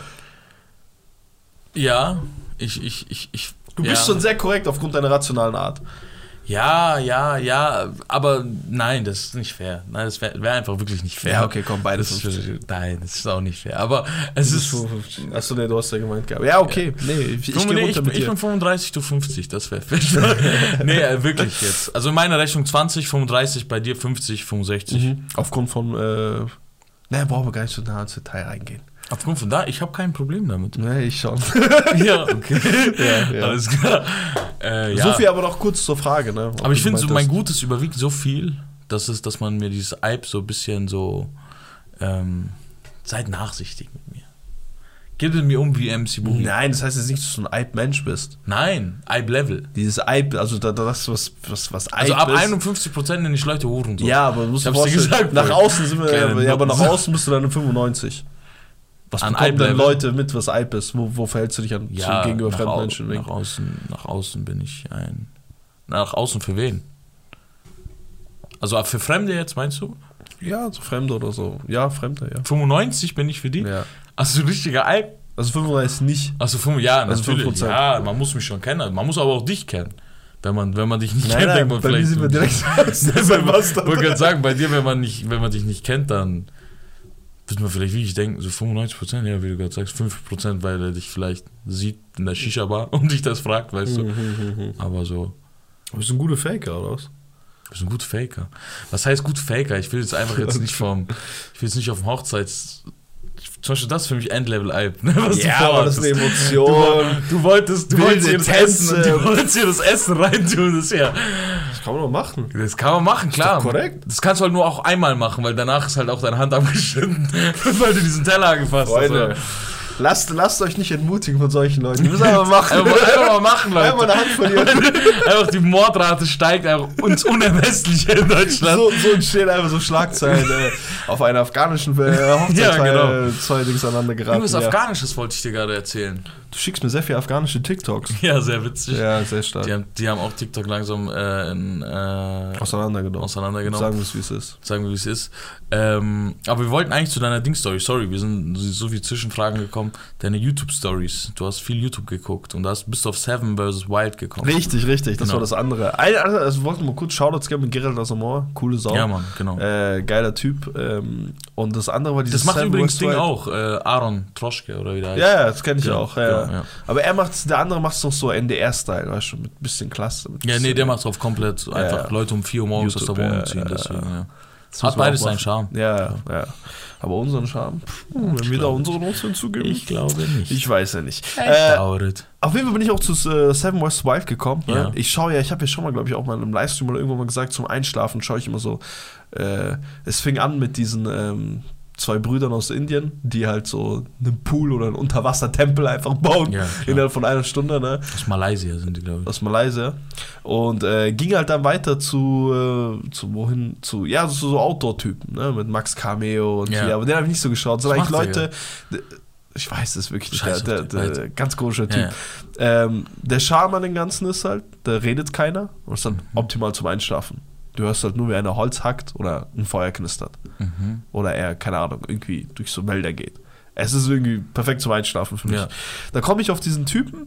Speaker 1: Ja,
Speaker 2: Du bist schon sehr korrekt aufgrund deiner rationalen Art.
Speaker 1: Ja, aber nein, das ist nicht fair. Nein, das wäre einfach wirklich nicht fair.
Speaker 2: Ja, okay, komm, beides.
Speaker 1: Nein, das ist auch nicht fair. Aber es ist.
Speaker 2: 55. Achso, nee, du hast ja gemeint gehabt. Ja, okay. Nee, ich
Speaker 1: bin 35, du 50, das wäre fair. Nee, wirklich jetzt. Also in meiner Rechnung 20, 35, bei dir 50, 65.
Speaker 2: Aufgrund von, brauchen wir gar nicht so nah ins Detail reingehen.
Speaker 1: Aufgrund von da, ich habe kein Problem damit.
Speaker 2: Nee, ich schon.
Speaker 1: Ja, okay. Ja. Alles klar.
Speaker 2: So viel aber noch kurz zur Frage, ne?
Speaker 1: Aber ich finde, so mein Gutes überwiegt so viel, dass man mir dieses Hype so ein bisschen so seid nachsichtig mit mir. Gib es mir um wie MC Boogie.
Speaker 2: Nein, das heißt jetzt nicht, dass du ein Hype-Mensch bist.
Speaker 1: Nein, Hype-Level.
Speaker 2: Dieses Hype, also das, was Hype
Speaker 1: also ab
Speaker 2: ist.
Speaker 1: 51% nenne ich Leute Huren. So.
Speaker 2: Ja, aber du musst
Speaker 1: dir gesagt,
Speaker 2: nach außen sind wir, aber nach außen bist du dann 95. Was bekommen denn Leute mit, was Hype ist? Wo verhältst du dich gegenüber fremden Menschen?
Speaker 1: Nach außen bin ich ein... Nach außen für wen? Also für Fremde jetzt, meinst du?
Speaker 2: Ja, so Fremde oder so. Ja, Fremde, ja.
Speaker 1: 95 bin ich für die?
Speaker 2: Ja.
Speaker 1: Also richtiger Hype?
Speaker 2: Also 35 nicht.
Speaker 1: Also 5, ja,
Speaker 2: also
Speaker 1: natürlich.
Speaker 2: 5%.
Speaker 1: Ja, man muss mich schon kennen. Man muss aber auch dich kennen. Wenn man dich nicht kennt,
Speaker 2: denkt
Speaker 1: man
Speaker 2: bei
Speaker 1: vielleicht...
Speaker 2: Mir sind wir direkt
Speaker 1: ich wollte gerade sagen, bei dir, wenn man dich nicht kennt, dann wird man vielleicht wirklich denken, so 95%, ja, wie du gerade sagst, 5%, weil er dich vielleicht sieht in der Shisha-Bar und dich das fragt, weißt du. Aber so...
Speaker 2: Du bist ein guter Faker, oder was?
Speaker 1: Du bist ein guter Faker. Was heißt gut Faker? Ich will jetzt einfach jetzt nicht auf dem Hochzeits... Zum Beispiel das ist für mich Endlevel-Hype. Ne,
Speaker 2: aber das ist eine Emotion.
Speaker 1: Du wolltest hier das Essen reintun. Das
Speaker 2: kann man doch machen.
Speaker 1: Das kann man machen, klar.
Speaker 2: Ist doch korrekt.
Speaker 1: Das kannst du halt nur auch einmal machen, weil danach ist halt auch deine Hand abgeschnitten, weil du diesen Teller angefasst hast.
Speaker 2: Freunde, lasst euch nicht entmutigen von solchen Leuten. Ihr müsst einfach machen.
Speaker 1: Einfach mal machen, Leute.
Speaker 2: Einfach eine Hand verlieren.
Speaker 1: Einfach die Mordrate steigt einfach ins Unermessliche in Deutschland.
Speaker 2: So entstehen einfach so Schlagzeilen auf einer afghanischen Hochzeit.
Speaker 1: Ja, genau.
Speaker 2: Zwei Dings aneinander geraten.
Speaker 1: Irgendwas Afghanisches wollte ich dir gerade erzählen.
Speaker 2: Du schickst mir sehr viele afghanische TikToks.
Speaker 1: Ja, sehr witzig.
Speaker 2: Ja, sehr stark.
Speaker 1: Die haben auch TikTok langsam
Speaker 2: auseinandergenommen. Sagen wir es, wie es ist.
Speaker 1: Aber wir wollten eigentlich zu deiner Ding-Story. Sorry, wir sind so viele Zwischenfragen gekommen. Deine YouTube-Stories. Du hast viel YouTube geguckt und bist du auf Seven vs. Wild gekommen.
Speaker 2: Richtig. Das war das andere. Also wir wollten mal kurz Shoutouts geben mit Gerald Asamoah. Coole Sau.
Speaker 1: Ja, Mann, genau.
Speaker 2: Geiler Typ. Und das andere war dieses
Speaker 1: Das macht
Speaker 2: Seven
Speaker 1: übrigens
Speaker 2: vs.
Speaker 1: Ding
Speaker 2: Wild.
Speaker 1: auch. Aaron Troschke oder wie der heißt.
Speaker 2: Ja, das kenne ich auch. Ja.
Speaker 1: Ja.
Speaker 2: Aber der andere macht es doch so NDR-Style, weißt du, mit ein bisschen Klasse.
Speaker 1: Der macht es auf komplett einfach Leute um 4 Uhr morgens aus der Wohnung ziehen. Deswegen, Hat beides seinen Charme.
Speaker 2: Ja. Aber unseren Charme, wenn wir da unsere Notes hinzugeben?
Speaker 1: Ich glaube nicht.
Speaker 2: Ich weiß ja nicht.
Speaker 1: Auf
Speaker 2: jeden Fall bin ich auch zu Seven vs. Wild gekommen.
Speaker 1: Ja.
Speaker 2: Ne? Ich habe ja schon mal, glaube ich, auch mal im Livestream oder irgendwann mal gesagt, zum Einschlafen schaue ich immer so. Es fing an mit diesen 2 Brüdern aus Indien, die halt so einen Pool oder einen Unterwassertempel einfach bauen, innerhalb von einer Stunde. Ne?
Speaker 1: Aus Malaysia sind die, glaube ich.
Speaker 2: Aus Malaysia. Und ging halt dann weiter zu so Outdoor-Typen, ne? Mit Max Cameo und aber den habe ich nicht so geschaut, sondern eigentlich Leute, Ich weiß es wirklich nicht. Der ganz komischer Typ. Ja. Der Charme an dem Ganzen ist halt, da redet keiner und ist dann optimal zum Einschlafen. Du hörst halt nur, wie einer Holz hackt oder ein Feuer knistert. Oder er, keine Ahnung, irgendwie durch so Wälder geht. Es ist irgendwie perfekt zum Einschlafen für mich. Ja. Da komme ich auf diesen Typen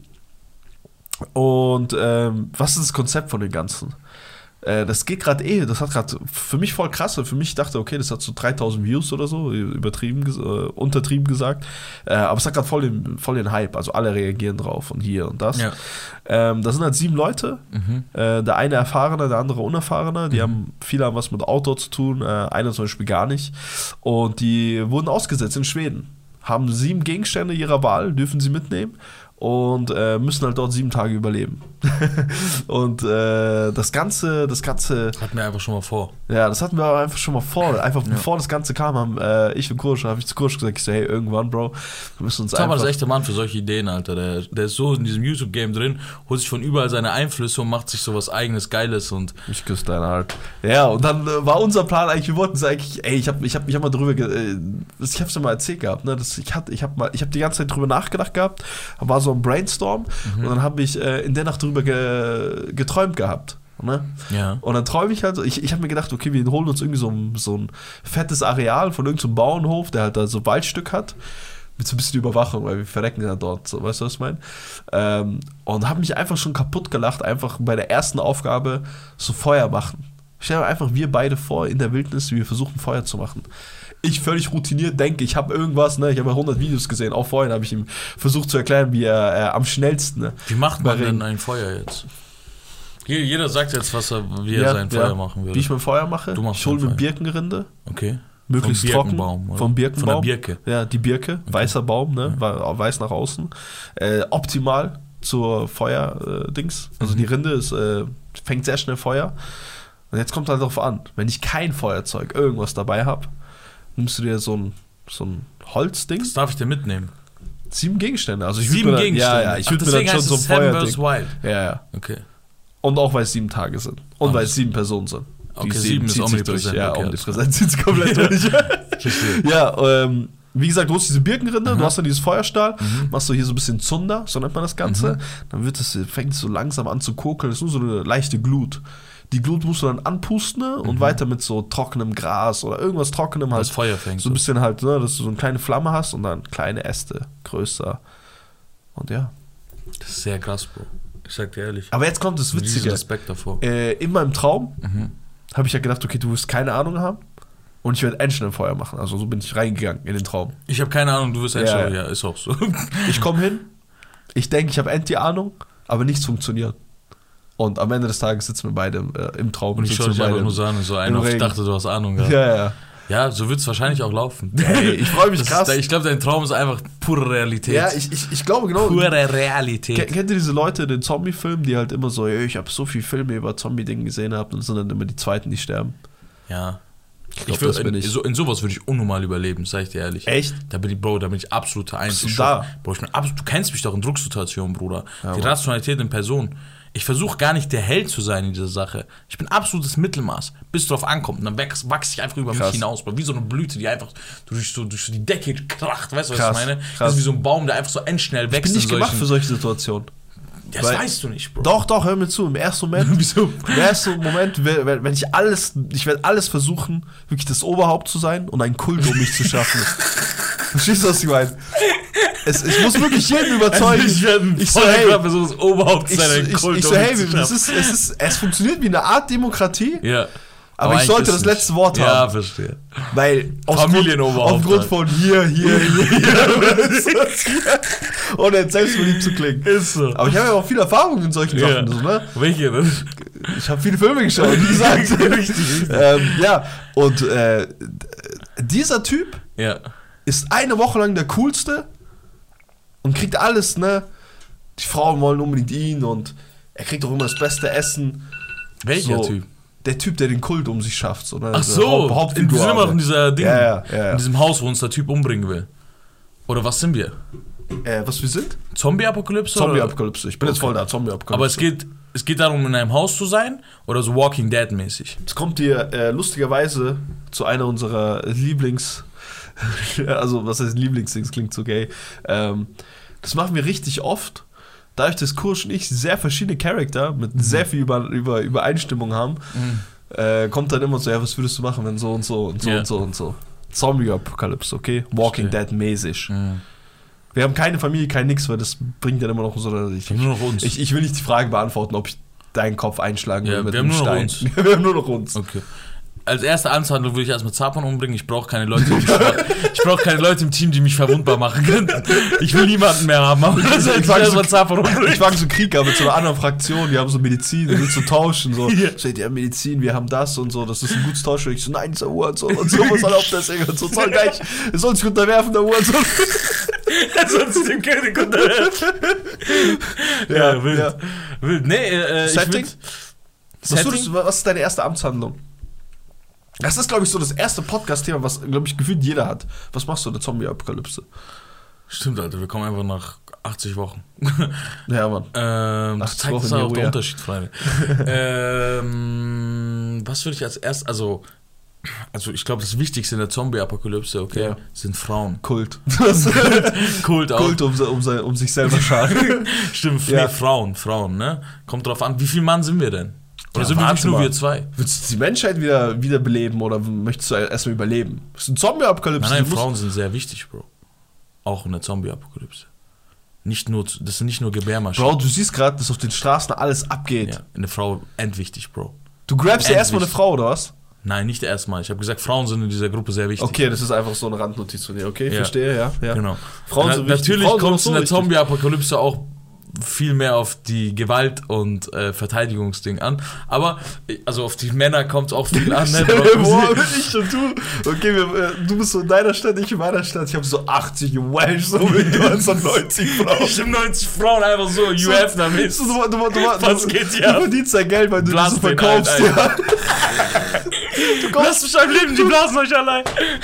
Speaker 2: und was ist das Konzept von dem Ganzen? Das geht gerade das hat gerade für mich voll krass. Für mich dachte, okay, das hat so 3000 Views oder so, untertrieben gesagt. Aber es hat gerade voll den Hype. Also alle reagieren drauf und hier und das. Ja. Da sind halt 7 Leute. Der eine erfahrener, der andere unerfahrener. Viele haben was mit Outdoor zu tun. Einer zum Beispiel gar nicht. Und die wurden ausgesetzt in Schweden. Haben 7 Gegenstände ihrer Wahl, dürfen sie mitnehmen. Und müssen halt dort 7 Tage überleben. Und das Ganze
Speaker 1: hatten wir einfach schon mal vor.
Speaker 2: Ja, das hatten wir einfach schon mal vor. Einfach bevor das Ganze kam, habe ich zu Kursch gesagt, ich so, hey, irgendwann, Bro, wir müssen uns
Speaker 1: einfach... Das ist echt der Mann für solche Ideen, Alter. Der ist so in diesem YouTube-Game drin, holt sich von überall seine Einflüsse und macht sich so was eigenes, Geiles und...
Speaker 2: Ich küsse deine Hand. Ja, und dann war unser Plan eigentlich, wir wollten es eigentlich, ich hab mal drüber, ich hab's ja mal erzählt gehabt, ne, ich hab die ganze Zeit drüber nachgedacht gehabt, war so ein Brainstorm und dann habe ich in der Nacht drüber geträumt gehabt. Ne?
Speaker 1: Ja.
Speaker 2: Und dann träume ich halt, ich habe mir gedacht, okay, wir holen uns irgendwie so ein fettes Areal von irgendeinem Bauernhof, der halt da so ein Waldstück hat, mit so ein bisschen Überwachung, weil wir verrecken ja dort, so, weißt du, was ich meine? Und habe mich einfach schon kaputt gelacht, einfach bei der ersten Aufgabe so Feuer machen. Ich stelle mir einfach wir beide vor, in der Wildnis, wie wir versuchen Feuer zu machen. Ich völlig routiniert denke, ich habe irgendwas, ne, ich habe 100 Videos gesehen, auch vorhin habe ich ihm versucht zu erklären, wie er am schnellsten... Ne,
Speaker 1: wie macht man denn ein Feuer jetzt? Jeder sagt jetzt, wie er sein Feuer machen würde.
Speaker 2: Wie ich mein Feuer mache? Ich hole mir Birkenrinde.
Speaker 1: Okay.
Speaker 2: Möglichst trocken. Vom Birkenbaum.
Speaker 1: Von der Birke.
Speaker 2: Ja, die Birke. Okay. Weißer Baum, ne? Ja. Weiß nach außen. Optimal zur Feuerdings. Also die Rinde fängt sehr schnell Feuer. Und jetzt kommt halt darauf an, wenn ich kein Feuerzeug, irgendwas dabei habe, nimmst du dir so ein Holzding.
Speaker 1: Was darf ich denn mitnehmen?
Speaker 2: 7 Gegenstände. Also
Speaker 1: 7 Gegenstände?
Speaker 2: Ja, ich würde mir dann schon so ein Feuerding.
Speaker 1: Wild.
Speaker 2: Ja.
Speaker 1: Okay.
Speaker 2: Und auch, weil es 7 Tage sind. Und weil es 7 Personen sind.
Speaker 1: Okay, 7 ist omnipräsent.
Speaker 2: Ja, omnipräsent zieht es komplett durch. Ja, wie gesagt, du hast diese Birkenrinde, du hast dann dieses Feuerstahl, machst du hier so ein bisschen Zunder, so nennt man das Ganze. Dann fängt es so langsam an zu kokeln, das ist nur so eine leichte Glut. Die Glut musst du dann anpusten und weiter mit so trockenem Gras oder irgendwas trockenem halt.
Speaker 1: Das Feuer fängt.
Speaker 2: So ein bisschen halt, ne, dass du so eine kleine Flamme hast und dann kleine Äste, größer. Und ja.
Speaker 1: Das ist sehr krass, Bro. Ich sag dir ehrlich.
Speaker 2: Aber jetzt kommt das Witzige.
Speaker 1: Respekt davor.
Speaker 2: In meinem Traum habe ich ja gedacht, okay, du wirst keine Ahnung haben und ich werde Endsteinfeuer machen. Also so bin ich reingegangen in den Traum.
Speaker 1: Ich habe keine Ahnung, du wirst Endstein. Ja, ist auch so.
Speaker 2: Ich komme hin, ich denke, ich habe die Ahnung, aber nichts funktioniert. Und am Ende des Tages sitzen wir beide im Traum.
Speaker 1: Und ich schaue dich einfach nur so an, ich dachte, du hast Ahnung gehabt.
Speaker 2: Ja.
Speaker 1: Ja, so wird es wahrscheinlich auch laufen.
Speaker 2: Hey, ich freue mich krass.
Speaker 1: Ich glaube, dein Traum ist einfach pure Realität.
Speaker 2: Ja, ich glaube genau.
Speaker 1: Pure Realität.
Speaker 2: Kennt ihr diese Leute in den Zombie-Filmen, die halt immer so, ich habe so viele Filme über Zombie-Dinge gesehen und sind dann immer die Zweiten, die sterben?
Speaker 1: Ja.
Speaker 2: Ich glaube, das bin ich.
Speaker 1: In sowas würde ich unnormal überleben, sag ich dir ehrlich.
Speaker 2: Echt?
Speaker 1: Da bin ich absoluter Einzelschutz.
Speaker 2: Bro,
Speaker 1: du kennst mich doch in Drucksituationen, Bruder.
Speaker 2: Ja,
Speaker 1: die Rationalität in Person. Ich versuche gar nicht der Held zu sein in dieser Sache. Ich bin absolutes Mittelmaß, bis es drauf ankommt. Und dann wachse ich einfach über mich hinaus. Wie so eine Blüte, die einfach durch die Decke kracht. Weißt du, was ich meine? Das ist wie so ein Baum, der einfach so endschnell wächst.
Speaker 2: Ich bin nicht gemacht für solche Situationen.
Speaker 1: Das weißt du nicht, Bro.
Speaker 2: Doch, hör mir zu. Im ersten Moment,
Speaker 1: Wieso?
Speaker 2: wenn ich werde alles versuchen, wirklich das Oberhaupt zu sein und einen Kult um mich zu schaffen. Verstehst du, was ich meine? Ich muss wirklich jeden überzeugen.
Speaker 1: Ich so, hey, das Oberhaupt sein,
Speaker 2: es funktioniert wie eine Art Demokratie.
Speaker 1: Ja.
Speaker 2: Aber ich sollte das letzte Wort haben.
Speaker 1: Ja, verstehe.
Speaker 2: Weil
Speaker 1: Familienoberhaupt.
Speaker 2: Aufgrund von hier. Ohne jetzt selbstverliebt zu klingen.
Speaker 1: Ist so.
Speaker 2: Aber ich habe ja auch viel Erfahrung in solchen Sachen. So, ne?
Speaker 1: Welche denn?
Speaker 2: Ich habe viele Filme geschaut, wie gesagt.
Speaker 1: Richtig.
Speaker 2: Ja, und dieser Typ ist eine Woche lang der Coolste und kriegt alles, ne? Die Frauen wollen unbedingt ihn und er kriegt auch immer das beste Essen.
Speaker 1: Welcher Typ?
Speaker 2: Der Typ, der den Kult um sich schafft. So, ne?
Speaker 1: Ach so, wir sind immer in dieser Ding,
Speaker 2: ja.
Speaker 1: in diesem Haus, wo uns der Typ umbringen will. Oder was sind wir?
Speaker 2: Was wir sind?
Speaker 1: Zombie-Apokalypse?
Speaker 2: Zombie-Apokalypse, ich bin jetzt voll da, Zombie-Apokalypse.
Speaker 1: Aber es es geht darum, in einem Haus zu sein oder so Walking Dead mäßig?
Speaker 2: Es kommt dir lustigerweise zu einer unserer also was heißt Lieblingsdings, klingt so gay. Das machen wir richtig oft. Dadurch, dass Kursch und ich sehr verschiedene Charakter mit sehr viel Übereinstimmung haben, kommt dann immer so, ja, was würdest du machen, wenn so und so und so und so und so. Zombie-Apokalypse, okay? Walking Dead mäßig. Wir haben keine Familie, kein nix, weil das bringt dann immer noch so, dass ich will nicht die Frage beantworten, ob ich deinen Kopf einschlagen will mit einem Stein. Wir haben nur noch uns.
Speaker 1: Okay. Als erste Amtshandlung würde ich erstmal Zapon umbringen. Ich brauche keine Leute im Team, die mich verwundbar machen können. Ich will niemanden mehr haben.
Speaker 2: Ich fange so Krieg an mit so einer anderen Fraktion, die haben so Medizin, die willst du tauschen. So, steht ja Medizin, wir haben das und so, das ist ein gutes Tausch. Ich so, nein, dieser Uhr und so, was soll auf das Ding und so, soll gleich, er soll sich unterwerfen, der Uhr und so.
Speaker 1: Er soll sich dem König unterwerfen. Ja, wild. Ja. Wild. Nee,
Speaker 2: Setting? Was ist deine erste Amtshandlung? Das ist, glaube ich, so das erste Podcast-Thema, was, glaube ich, gefühlt jeder hat. Was machst du in der Zombie-Apokalypse?
Speaker 1: Stimmt, Alter, wir kommen einfach nach 80 Wochen.
Speaker 2: Ja, Mann.
Speaker 1: Das zeigt uns auch der Unterschied, Freunde. Was würde ich als erstes, also ich glaube, das Wichtigste in der Zombie-Apokalypse, okay, sind Frauen.
Speaker 2: Kult.
Speaker 1: Kult auch.
Speaker 2: Kult um sich selber schaden.
Speaker 1: Stimmt, Frauen, ne? Kommt drauf an, wie viel Mann sind wir denn? Oder sind wir nur wir zwei?
Speaker 2: Willst du die Menschheit wieder beleben oder möchtest du erstmal überleben? Das ist ein Zombie-Apokalypse.
Speaker 1: Nein, Frauen sind sehr wichtig, Bro. Auch in der Zombie-Apokalypse. Das sind nicht nur Gebärmaschinen.
Speaker 2: Bro, du siehst gerade, dass auf den Straßen alles abgeht.
Speaker 1: Ja, eine Frau endwichtig, Bro.
Speaker 2: Du grabst ja erstmal eine Frau, oder was?
Speaker 1: Nein, nicht erstmal. Ich habe gesagt, Frauen sind in dieser Gruppe sehr wichtig.
Speaker 2: Okay, das ist einfach so eine Randnotiz von dir. Okay, verstehe, ja.
Speaker 1: Genau.
Speaker 2: Frauen sind wichtig.
Speaker 1: Natürlich kommt es in der Zombie-Apokalypse auch viel mehr auf die Gewalt und Verteidigungsding an. Aber, also auf die Männer kommt es auch viel an. Ne?
Speaker 2: Ich und du. Okay, du bist so in deiner Stadt, ich in meiner Stadt. Ich habe so 80 Welsh, so mit du hast so 90 Frauen.
Speaker 1: Ich habe 90 Frauen einfach so UF damit.
Speaker 2: Was geht hier? Du verdienst dein Geld, weil du das so verkaufst. Ja.
Speaker 1: Lasst mich am Leben, die blasen euch allein.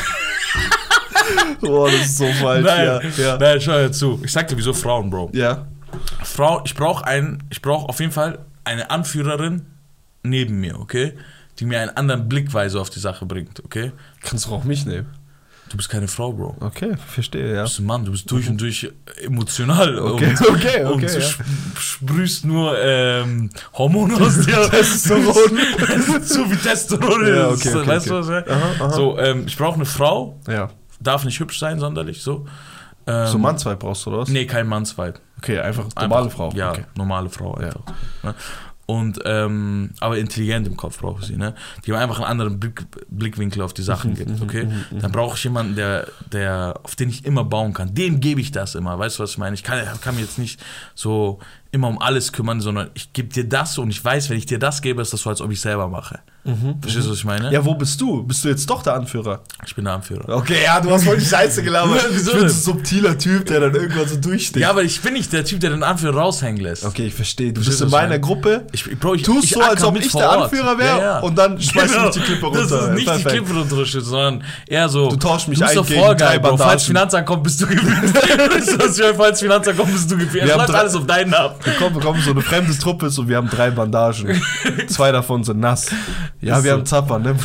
Speaker 2: Boah, das ist so falsch.
Speaker 1: Nein, schau her zu. Ich sag dir, wieso Frauen, Bro.
Speaker 2: Ja.
Speaker 1: Ich brauche auf jeden Fall eine Anführerin neben mir, okay? Die mir einen anderen Blickweise auf die Sache bringt, okay?
Speaker 2: Kannst du auch mich nehmen.
Speaker 1: Du bist keine Frau, Bro.
Speaker 2: Okay, verstehe, ja.
Speaker 1: Du bist ein Mann, du bist durch und durch emotional.
Speaker 2: Okay,
Speaker 1: und du sprühst nur Hormone aus dir.
Speaker 2: Testosteron.
Speaker 1: So wie Testosteron
Speaker 2: ja,
Speaker 1: ist.
Speaker 2: Okay,
Speaker 1: weißt du, was ich meine? So, ich brauche eine Frau.
Speaker 2: Ja.
Speaker 1: Darf nicht hübsch sein, sonderlich, so.
Speaker 2: So Mannsweib brauchst du, oder was?
Speaker 1: Nee, kein Mannsweib.
Speaker 2: Okay, einfach normale Frau.
Speaker 1: Ja,
Speaker 2: okay.
Speaker 1: Normale Frau einfach. Ja. Und, aber intelligent im Kopf brauche ich sie, ne? Die mir einfach einen anderen Blickwinkel auf die Sachen gibt, okay? Dann brauche ich jemanden, auf den ich immer bauen kann. Dem gebe ich das immer, weißt du, was ich meine? Ich kann mich jetzt nicht so immer um alles kümmern, sondern ich gebe dir das und ich weiß, wenn ich dir das gebe, ist das so, als ob ich selber mache. Verstehst du, was ich meine?
Speaker 2: Ja, wo bist du? Bist du jetzt doch der Anführer?
Speaker 1: Ich bin der Anführer.
Speaker 2: Okay, ja, du hast voll die Scheiße gelabert. Ich bin so ein subtiler Typ, der dann irgendwann so durchsticht.
Speaker 1: Ja, aber ich bin nicht der Typ, der den Anführer raushängen lässt.
Speaker 2: Okay, ich verstehe. Du bist in meiner Gruppe,
Speaker 1: ich
Speaker 2: tust so, als ob ich der Anführer wäre und dann schmeißt du mich die Klippe runter.
Speaker 1: Das ist nicht die Klippe runter, sondern eher so,
Speaker 2: du tauschst mich ein
Speaker 1: gegen drei Bandagen. Falls Finanzamt kommt, bist du gewinnt. Falls Finanzamt kommt, bist du gewinnt. Er läuft alles auf deinen ab.
Speaker 2: Wir bekommen so eine fremde Truppe und wir haben 3 Bandagen. 2 davon sind nass. Ja, wir haben Zapper, ne?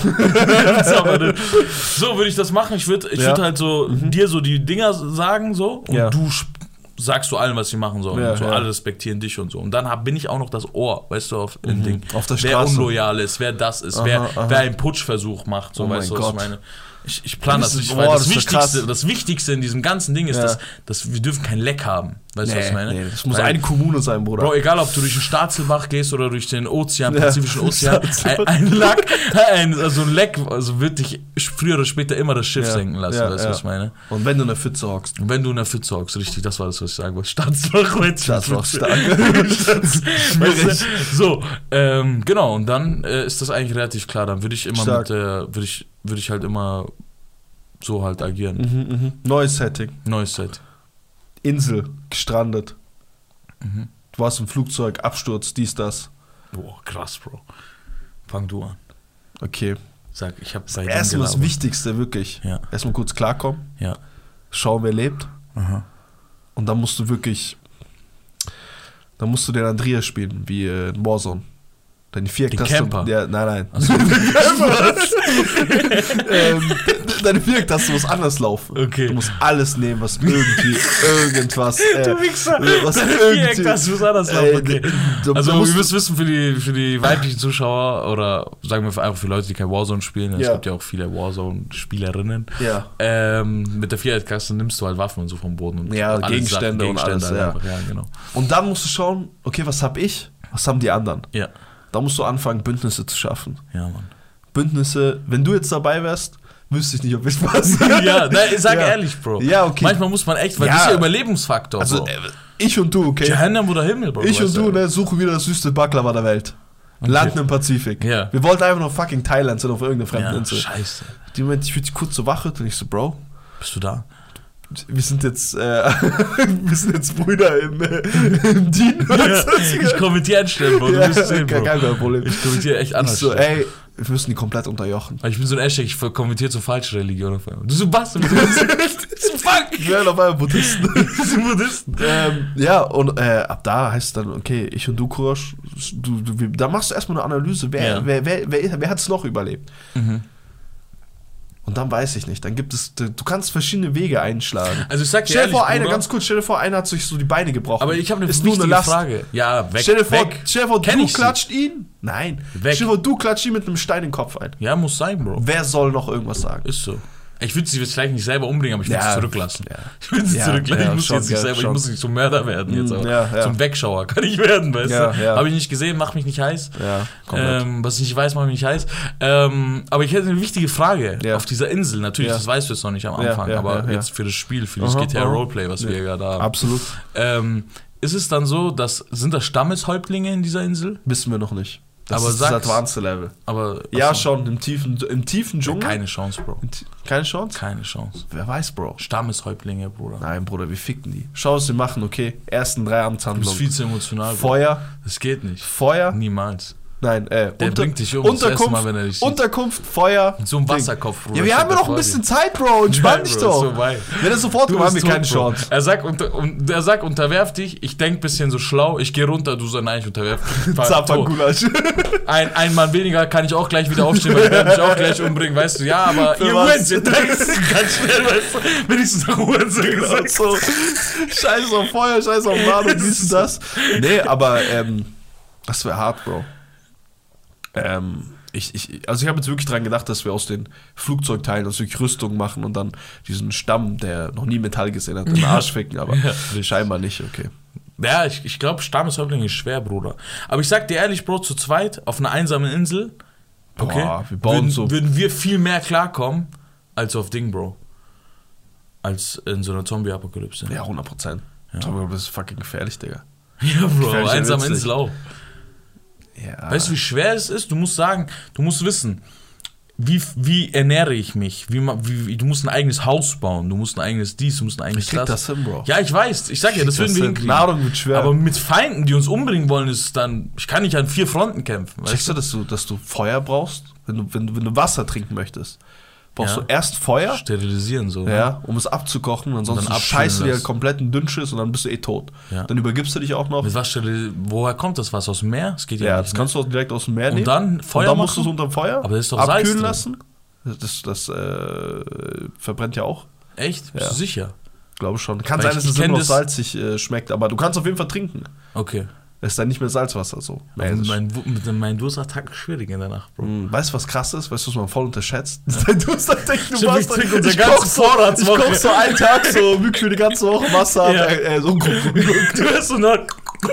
Speaker 1: So würde ich das machen. Ich würd halt so dir so die Dinger sagen so und du sagst du allen, was sie machen sollen. Und so alle respektieren dich und so. Und dann bin ich auch noch das Ohr, weißt du, auf dem Ding.
Speaker 2: Auf der Straße.
Speaker 1: Wer unloyal ist, wer das ist, wer einen Putschversuch macht, so, weißt du, was ich meine. Ich plane das nicht, weil das Wichtigste in diesem ganzen Ding ist, dass wir dürfen kein Leck haben. Weißt du, was ich meine?
Speaker 2: Nee, das muss eine Kommune sein, Bruder.
Speaker 1: Bro, egal ob du durch den Staatselbach gehst oder durch den Ozean, Pazifischen Ozean, ein Leck, also wird dich früher oder später immer das Schiff senken lassen, weißt du, was ich meine?
Speaker 2: Und wenn du in der Pfütze hockst.
Speaker 1: Richtig, das war das, was ich sagen wollte. Staatselbach heute.
Speaker 2: Staatselbach stark.
Speaker 1: So, genau, und dann ist das eigentlich relativ klar. Dann würde ich immer würde ich halt immer so halt agieren.
Speaker 2: Neues Setting. Insel, gestrandet. Du warst im Flugzeug, Absturz, dies, das.
Speaker 1: Boah, krass, Bro. Fang du an.
Speaker 2: Okay.
Speaker 1: Sag, ich hab
Speaker 2: erstmal das Wichtigste, wirklich.
Speaker 1: Ja.
Speaker 2: Erstmal kurz klarkommen.
Speaker 1: Ja.
Speaker 2: Schauen, wer lebt. Und dann musst du wirklich dann musst du den Andreas spielen, wie in Warzone. Deine Viertaste.
Speaker 1: Den Camper?
Speaker 2: Ja, nein.
Speaker 1: Achso.
Speaker 2: Deine Viertaste muss anders laufen.
Speaker 1: Okay.
Speaker 2: Du musst alles nehmen, was irgendwas.
Speaker 1: Du Wichser.
Speaker 2: Was
Speaker 1: Viertaste muss anders laufen. Okay. Also,
Speaker 2: musst
Speaker 1: ihr müsst wissen, für die weiblichen Zuschauer oder sagen wir einfach für Leute, die kein Warzone spielen, es gibt ja auch viele Warzone-Spielerinnen.
Speaker 2: Ja.
Speaker 1: Mit der Viertaste nimmst du halt Waffen und so vom Boden. Und
Speaker 2: ja, Gegenstände und alles. Ja.
Speaker 1: Einfach, ja, genau.
Speaker 2: Und dann musst du schauen, okay, was hab ich? Was haben die anderen?
Speaker 1: Ja.
Speaker 2: Da musst du anfangen, Bündnisse zu schaffen.
Speaker 1: Ja, Mann.
Speaker 2: Bündnisse, wenn du jetzt dabei wärst, wüsste ich nicht, ob ich Spaß
Speaker 1: ja, nein, sag ehrlich, Bro.
Speaker 2: Ja, okay.
Speaker 1: Manchmal muss man echt, weil das ist ja Überlebensfaktor,
Speaker 2: also,
Speaker 1: Bro.
Speaker 2: Ich und du, okay?
Speaker 1: Jahannam oder Himmel, Bro.
Speaker 2: Ich und du, ne, suchen wieder das süßeste Baklava der Welt. Okay. Landen im Pazifik.
Speaker 1: Ja.
Speaker 2: Wir wollten einfach noch fucking Thailand sind, auf irgendeiner fremden Insel.
Speaker 1: Scheiße.
Speaker 2: Die Moment, ich würde dich kurz so wachrütteln und ich so, Bro.
Speaker 1: Bist du da?
Speaker 2: Wir sind jetzt Brüder im Dien.
Speaker 1: Ja, ich kommentiere einstellen, Bro. Du wirst sehen, Bro.
Speaker 2: Kein Problem.
Speaker 1: Ich kommentiere echt anders.
Speaker 2: Ich so, ey, wir müssen die komplett unterjochen.
Speaker 1: Ich bin so ein Hashtag, ich kommentiere zur falschen Religion auf einmal. Du so Bastard. Fuck.
Speaker 2: Wir werden auf einmal Buddhisten.
Speaker 1: Buddhisten.
Speaker 2: Ja, und ab da heißt es dann, okay, ich und du, Kurosh, da machst du erstmal eine Analyse, wer hat es noch überlebt?
Speaker 1: Mhm.
Speaker 2: Und dann weiß ich nicht, dann gibt es, du kannst verschiedene Wege einschlagen.
Speaker 1: Also ich sag dir
Speaker 2: stell dir vor,
Speaker 1: ehrlich,
Speaker 2: einer hat sich so die Beine gebrochen.
Speaker 1: Aber ich habe eine wichtige Frage. Ja, weg,
Speaker 2: Stell dir vor,
Speaker 1: Kenn
Speaker 2: du
Speaker 1: ich
Speaker 2: klatscht ihn. Nein.
Speaker 1: Weg.
Speaker 2: Stell dir vor, du klatscht ihn mit einem Stein in den Kopf ein.
Speaker 1: Ja, muss sein, Bro.
Speaker 2: Wer soll noch irgendwas sagen?
Speaker 1: Ist so. Ich würde sie vielleicht nicht selber umbringen, aber ich würde sie zurücklassen.
Speaker 2: Ja.
Speaker 1: Ich würde sie zurücklassen.
Speaker 2: Ja,
Speaker 1: ich muss jetzt nicht selber, ich muss nicht zum Mörder werden jetzt. Aber zum Wegschauer kann ich werden, weißt du?
Speaker 2: Ja.
Speaker 1: Habe ich nicht gesehen, macht mich nicht heiß.
Speaker 2: Ja, komplett.
Speaker 1: Was ich nicht weiß, macht mich nicht heiß. Aber ich hätte eine wichtige Frage auf dieser Insel. Natürlich, das weißt du jetzt noch nicht am Anfang, aber jetzt für das Spiel, für das GTA Roleplay, was wir gerade haben.
Speaker 2: Absolut.
Speaker 1: Ist es dann so, sind das Stammeshäuptlinge in dieser Insel?
Speaker 2: Wissen wir noch nicht. Das
Speaker 1: aber
Speaker 2: ist das Advanced Level.
Speaker 1: Aber,
Speaker 2: ja, schon, im tiefen Dschungel.
Speaker 1: Keine Chance, Bro.
Speaker 2: Keine Chance?
Speaker 1: Keine Chance.
Speaker 2: Wer weiß, Bro.
Speaker 1: Stammeshäuptlinge, Bruder.
Speaker 2: Nein, Bruder, wir ficken die. Schau, was sie machen, okay? Ersten 3 Amtshandlungen.
Speaker 1: Du bist viel zu emotional, Bro.
Speaker 2: Feuer.
Speaker 1: Das geht nicht.
Speaker 2: Feuer.
Speaker 1: Niemals.
Speaker 2: Nein,
Speaker 1: der bringt dich um das erste Mal, wenn er dich sieht.
Speaker 2: Unterkunft, Feuer.
Speaker 1: Mit so einem Wasserkopf, Bruder.
Speaker 2: Ja, wir haben ja noch ein bisschen Zeit, Bro. Entspann dich doch.
Speaker 1: So weit.
Speaker 2: Wenn er sofort kommt, haben wir keine Chance.
Speaker 1: Er sagt, unterwerf dich. Ich denk ein bisschen so schlau. Ich gehe runter. Du sagst, nein, ich unterwerf dich.
Speaker 2: Zappa-Gulasch.
Speaker 1: Ein Mann weniger kann ich auch gleich wieder aufstehen, weil ich werde mich auch gleich umbringen, weißt du. Ja, aber ihr wins. Ihr denkt ganz schnell, weißt du. Wenigstens nach Uhren so gesagt.
Speaker 2: So. Scheiß auf Feuer, scheiß auf Mann und dies und das. Nee, aber das wäre hart, Bro. Ich habe jetzt wirklich dran gedacht, dass wir aus den Flugzeugteilen aus wirklich Rüstung machen und dann diesen Stamm, der noch nie Metall gesehen hat, den Arsch ficken, aber scheinbar nicht, okay.
Speaker 1: Ja, ich glaube, Stammeshäuptling ist schwer, Bruder. Aber ich sag dir ehrlich, Bro, zu zweit auf einer einsamen Insel, okay, würden wir viel mehr klarkommen als auf Ding, Bro. Als in so einer Zombie-Apokalypse.
Speaker 2: Ja, 100%. Ja. Zombie ist fucking gefährlich, Digga.
Speaker 1: Ja, Bro, einsame Insel auch.
Speaker 2: Ja.
Speaker 1: Weißt du, wie schwer es ist? Du musst wissen, wie ernähre ich mich? Du musst ein eigenes Haus bauen, du musst ein eigenes dies, du musst ein eigenes
Speaker 2: das. Ich krieg das hin, Bro.
Speaker 1: Ja, ich weiß, ich sag ja, das würden wir hinkriegen.
Speaker 2: Nahrung wird schwer.
Speaker 1: Aber mit Feinden, die uns umbringen wollen, ist es dann, ich kann nicht an 4 Fronten kämpfen.
Speaker 2: Checkst du, dass du Feuer brauchst, wenn du Wasser trinken möchtest? Brauchst du erst Feuer.
Speaker 1: Sterilisieren so.
Speaker 2: Ja, um es abzukochen, ansonsten scheißt du dir komplett einen Dünnschiss und dann bist du tot. Ja. Dann übergibst du dich auch noch.
Speaker 1: Mit was woher kommt das Wasser? Aus dem Meer? Das geht
Speaker 2: ja nicht, das kannst du auch direkt aus dem Meer nehmen.
Speaker 1: Und dann Feuer
Speaker 2: musst du es unter Feuer
Speaker 1: aber das ist doch
Speaker 2: abkühlen
Speaker 1: Salz
Speaker 2: lassen. Das verbrennt ja auch.
Speaker 1: Echt? Bist du sicher?
Speaker 2: Glaube schon. Kann sein, dass es immer noch salzig schmeckt, aber du kannst auf jeden Fall trinken.
Speaker 1: Okay.
Speaker 2: Es ist dann nicht mehr Salzwasser so.
Speaker 1: Mit meinen Durstattacken schwierig in der Nacht, Bro.
Speaker 2: Weißt du, was krass ist? Weißt du, was man voll unterschätzt? Dein Durstattacken,
Speaker 1: ich trinke unsere ganze Vorratswoche.
Speaker 2: Ich koch so einen Tag so für die ganze Woche Wasser.
Speaker 1: Ja.
Speaker 2: So
Speaker 1: du hast so noch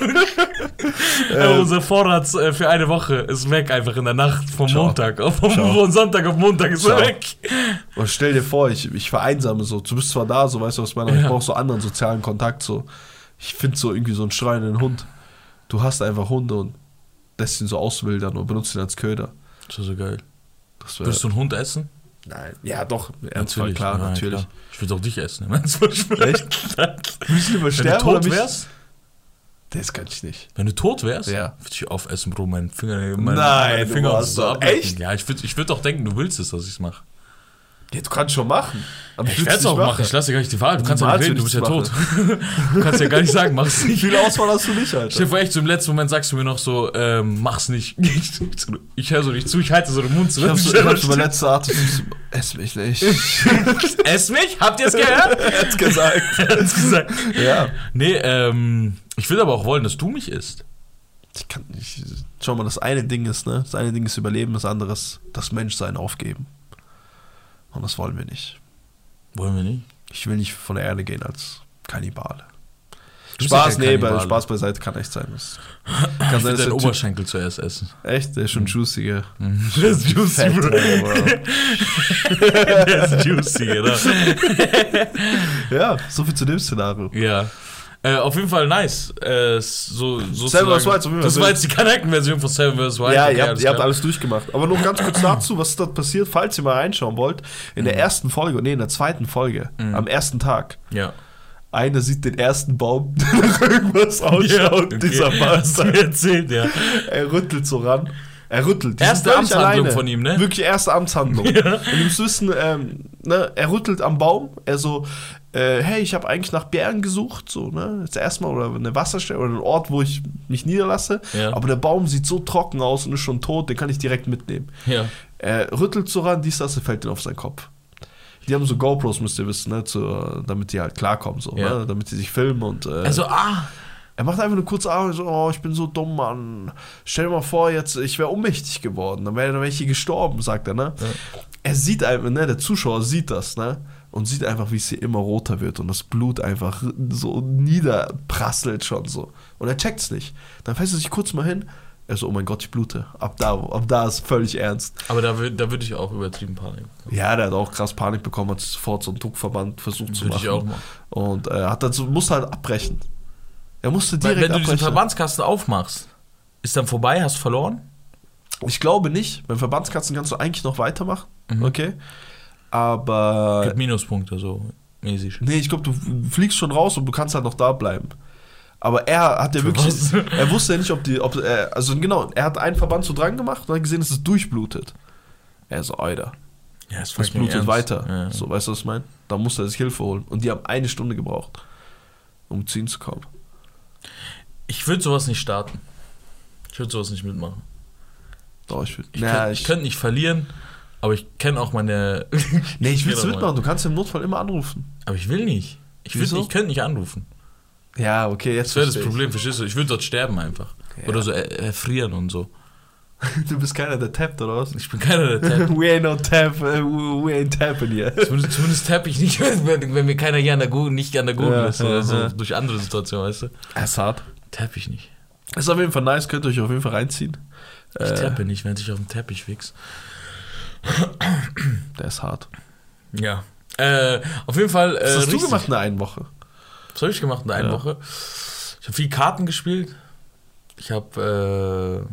Speaker 1: unser Vorrat für eine Woche ist weg, einfach in der Nacht vom Montag. Von Sonntag auf Montag ist er weg.
Speaker 2: Und stell dir vor, ich vereinsame so. Du bist zwar da, so weißt du, was ich meine, aber ich brauche so anderen sozialen Kontakt. So. Ich finde so irgendwie so einen schreienden Hund. Du hast einfach Hunde und lässt ihn so auswildern und benutzt ihn als Köder.
Speaker 1: Das ist so geil. Würdest du einen Hund essen?
Speaker 2: Nein. Ja, doch.
Speaker 1: Natürlich.
Speaker 2: Klar, natürlich.
Speaker 1: Klar. Ich würde auch dich essen. Echt? Würdest
Speaker 2: du lieber sterben,
Speaker 1: wenn du tot wärst?
Speaker 2: Das kann ich nicht.
Speaker 1: Wenn du tot wärst?
Speaker 2: Ja.
Speaker 1: Würde ich aufessen, Bro. Meine Finger
Speaker 2: Nein,
Speaker 1: Finger
Speaker 2: so. Echt?
Speaker 1: Ja, ich würd doch denken, du willst es, dass ich es mache.
Speaker 2: Ja, du kannst schon machen.
Speaker 1: Aber ich werde es auch machen. Ich lasse dir gar nicht die Wahl. Du kannst ja nicht wählen, du bist ja tot. Du kannst ja gar nicht sagen, mach's nicht.
Speaker 2: Viel Auswahl hast du nicht, Alter.
Speaker 1: Stell dir vor, echt so im letzten Moment sagst du mir noch so, mach's nicht. Ich höre so nicht zu, ich halte so den Mund zurück.
Speaker 2: Ich hab schon mein letzter Atem. Ess mich nicht.
Speaker 1: Ess mich? Habt ihr es gehört?
Speaker 2: Er hat's gesagt. Ja.
Speaker 1: Nee, ich will aber auch wollen, dass du mich isst.
Speaker 2: Ich kann nicht. Schau mal, das eine Ding ist, ne? Das eine Ding ist Überleben, das andere ist das Menschsein aufgeben. Und das wollen wir nicht.
Speaker 1: Wollen wir nicht?
Speaker 2: Ich will nicht von der Erde gehen als Kannibale.
Speaker 1: Spaß
Speaker 2: beiseite kann echt sein.
Speaker 1: Kann sein, deinen Oberschenkel zuerst essen.
Speaker 2: Echt? Der ist schon juicy, gell?
Speaker 1: Der ist juicy, Bro. Der ist juicy, genau.
Speaker 2: Ja, so viel zu dem Szenario.
Speaker 1: Ja. Auf jeden Fall nice. So
Speaker 2: Seven vs. Wild.
Speaker 1: Das war jetzt die Connecten-Version von Seven vs. Wild.
Speaker 2: Ja, ihr habt alles durchgemacht. Aber noch ganz kurz dazu, was dort passiert, falls ihr mal reinschauen wollt. In der ersten Folge, in der zweiten Folge, am ersten Tag.
Speaker 1: Ja.
Speaker 2: Einer sieht den ersten Baum, der nach irgendwas ausschaut. Ja, okay. Dieser Bastard.
Speaker 1: Erzählt, ja.
Speaker 2: Er rüttelt so ran. Er rüttelt.
Speaker 1: Erste Amtshandlung von ihm, ne?
Speaker 2: Wirklich erste Amtshandlung. Ja. Und ihr müsst wissen, er rüttelt am Baum. Er so, hey, ich habe eigentlich nach Bären gesucht, so, ne? Jetzt erstmal, oder eine Wasserstelle oder einen Ort, wo ich mich niederlasse. Ja. Aber der Baum sieht so trocken aus und ist schon tot, den kann ich direkt mitnehmen. Ja. Er rüttelt so ran, fällt ihm auf seinen Kopf. Die haben so GoPros, müsst ihr wissen, ne? Damit die halt klarkommen, so, ja. Ne? Damit die sich filmen und. Er macht einfach eine kurze Arbeit, so, oh, ich bin so dumm, Mann. Stell dir mal vor, jetzt, ich wäre ohnmächtig geworden, dann wäre ich hier gestorben, sagt er, ne? Ja. Er sieht einfach, ne, der Zuschauer sieht das, ne? Und sieht einfach, wie es hier immer roter wird und das Blut einfach so niederprasselt schon so. Und er checkt's nicht. Dann fässt er sich kurz mal hin, er so, oh mein Gott, ich blute. Ab da ist völlig ernst.
Speaker 1: Aber da würde ich auch übertrieben Panik bekommen.
Speaker 2: Ja, der hat auch krass Panik bekommen, hat sofort so einen Druckverband versucht zu machen.
Speaker 1: Würde ich auch machen.
Speaker 2: Und musste halt abbrechen. Er musste direkt abbrechen.
Speaker 1: Wenn du diesen Verbandskasten aufmachst, ist dann vorbei, hast du verloren?
Speaker 2: Ich glaube nicht. Beim Verbandskasten kannst du eigentlich noch weitermachen. Okay. Aber.
Speaker 1: Gibt Minuspunkte so mäßig.
Speaker 2: Nee, ich glaube, du fliegst schon raus und du kannst halt noch da bleiben. Aber er hat ja wirklich. Er wusste ja nicht, er hat einen Verband so dran gemacht und hat gesehen, dass es durchblutet. Er so, Alter.
Speaker 1: Ja, es
Speaker 2: blutet
Speaker 1: ernst.
Speaker 2: weiter.
Speaker 1: Ja.
Speaker 2: So, weißt du, was ich meine? Da musste er sich Hilfe holen. Und die haben 1 Stunde gebraucht, um zu ihm zu kommen.
Speaker 1: Ich würde sowas nicht starten. Ich würde sowas nicht mitmachen.
Speaker 2: Doch, ich
Speaker 1: könnte nicht verlieren, aber ich kenne auch meine...
Speaker 2: Nee, ich will es mitmachen. Du kannst im Notfall immer anrufen.
Speaker 1: Aber ich will nicht. Ich könnte nicht anrufen.
Speaker 2: Ja, okay, jetzt
Speaker 1: das wäre das Problem, verstehst du? Ich würde dort sterben einfach. Ja. Oder so erfrieren und so.
Speaker 2: Du bist keiner, der tappt, oder was?
Speaker 1: Ich bin keiner, der tappt.
Speaker 2: We ain't no tap, we ain't tapping here.
Speaker 1: Zumindest tapp ich nicht, wenn mir keiner hier nicht an der Gurgel ist. Oder so durch andere Situationen, weißt du?
Speaker 2: Das ist hart.
Speaker 1: Tapp ich nicht.
Speaker 2: Ist auf jeden Fall nice, könnt ihr euch auf jeden Fall reinziehen.
Speaker 1: Ich tappe nicht, wenn ich auf dem Teppich wichs.
Speaker 2: Der ist hart.
Speaker 1: Ja. Auf jeden Fall.
Speaker 2: Was hast du gemacht in der einen Woche?
Speaker 1: Was habe ich gemacht in der einen Woche? Ich habe viel Karten gespielt. Ich habe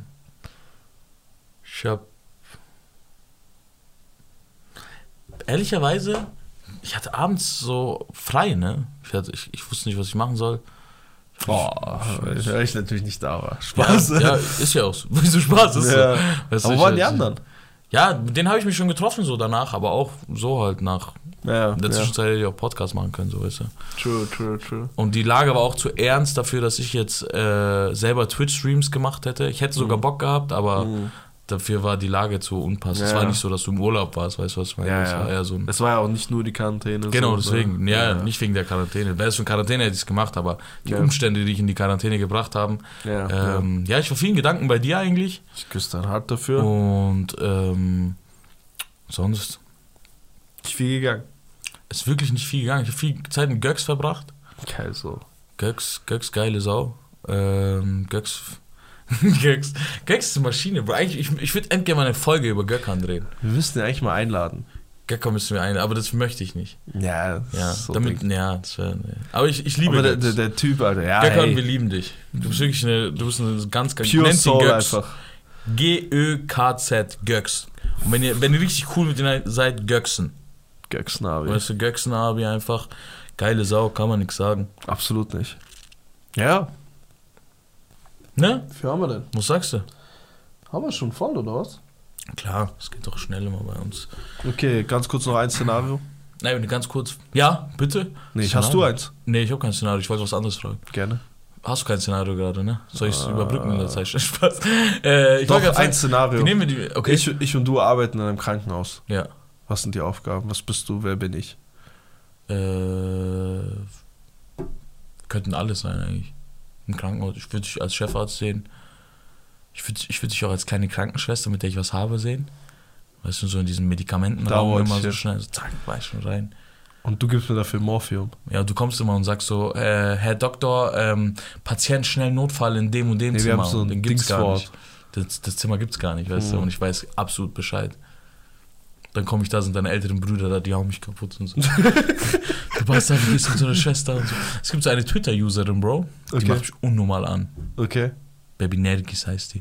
Speaker 1: ehrlicherweise, ich hatte abends so frei, ne? Ich wusste nicht, was ich machen soll.
Speaker 2: Höre ich natürlich nicht da, aber Spaß.
Speaker 1: Ja, ist ja auch so. Wieso Spaß ist
Speaker 2: ja. So. Aber wo waren die anderen?
Speaker 1: Ja, mit denen habe ich mich schon getroffen, so danach, aber auch so halt nach. Ja, in der Zwischenzeit hätte ich auch Podcast machen können, so, weißt du.
Speaker 2: True.
Speaker 1: Und die Lage war auch zu ernst dafür, dass ich jetzt selber Twitch-Streams gemacht hätte. Ich hätte sogar Bock gehabt, aber dafür war die Lage zu unpassend. Es war nicht so, dass du im Urlaub warst, weißt du, was ich meine?
Speaker 2: Ja, war eher so es war ja auch nicht nur die Quarantäne.
Speaker 1: Genau, so, deswegen. Ja, nicht wegen der Quarantäne. Wäre es schon Quarantäne, hätte ich es gemacht, aber die Umstände, die ich in die Quarantäne gebracht haben. Ja, ich war vielen Gedanken bei dir eigentlich.
Speaker 2: Ich küsse dein Hart dafür.
Speaker 1: Und sonst
Speaker 2: nicht viel gegangen.
Speaker 1: Es ist wirklich nicht viel gegangen. Ich habe viel Zeit mit Göks verbracht.
Speaker 2: Geil so.
Speaker 1: Göks, geile Sau. Göks ist eine Maschine, Bro. Eigentlich, ich würde endlich mal eine Folge über Gökhan drehen.
Speaker 2: Wir müssten ihn eigentlich mal einladen.
Speaker 1: Gökhan müssen wir einladen, aber das möchte ich nicht.
Speaker 2: Ja,
Speaker 1: so damit, das wäre. Aber ich liebe
Speaker 2: aber der Typ, Alter. Ja,
Speaker 1: Gökhan, wir lieben dich. Du bist wirklich eine ganz
Speaker 2: Pure Soul
Speaker 1: Göks.
Speaker 2: einfach.
Speaker 1: G-Ö-K-Z, Göks. Und wenn ihr richtig cool mit denen seid, Göksen.
Speaker 2: Göksnabi.
Speaker 1: Weißt du, Göksnabi einfach. Geile Sau, kann man nichts sagen.
Speaker 2: Absolut nicht. Ja.
Speaker 1: Ne?
Speaker 2: Wie viel haben wir denn?
Speaker 1: Was sagst du?
Speaker 2: Haben wir schon voll, oder was?
Speaker 1: Klar, es geht doch schnell immer bei uns.
Speaker 2: Okay, ganz kurz noch ein Szenario.
Speaker 1: Nein, ganz kurz. Ja, bitte?
Speaker 2: Nee, hast du eins?
Speaker 1: Nee, ich habe kein Szenario. Ich wollte was anderes fragen.
Speaker 2: Gerne.
Speaker 1: Hast du kein Szenario gerade, ne? Soll ich es überbrücken in der Zeit? Spaß. Ich
Speaker 2: Doch, ein Szenario.
Speaker 1: Wie nehmen wir die? Okay.
Speaker 2: Ich und du arbeiten in einem Krankenhaus.
Speaker 1: Ja.
Speaker 2: Was sind die Aufgaben? Was bist du? Wer bin ich?
Speaker 1: Könnten alles sein eigentlich. Im Krankenhaus. Ich würde dich als Chefarzt sehen. Ich würde dich auch als kleine Krankenschwester, mit der ich was habe, sehen. Weißt du, so in diesen Medikamentenraum immer so schnell, so zack, war ich schon rein.
Speaker 2: Und du gibst mir dafür Morphium.
Speaker 1: Ja, du kommst immer und sagst so, Herr Doktor, Patient, schnell Notfall in dem und dem Zimmer.
Speaker 2: Wir haben so ein
Speaker 1: gibt's gar nicht. Das Zimmer gibt's gar nicht, weißt du, und ich weiß absolut Bescheid. Dann komme ich da, sind deine älteren Brüder da, die hauen mich kaputt und so. Du Bastard, du bist mit so einer Schwester und so. Es gibt so eine Twitter-Userin, Bro, die macht mich unnormal an.
Speaker 2: Okay.
Speaker 1: Baby Nergis heißt die.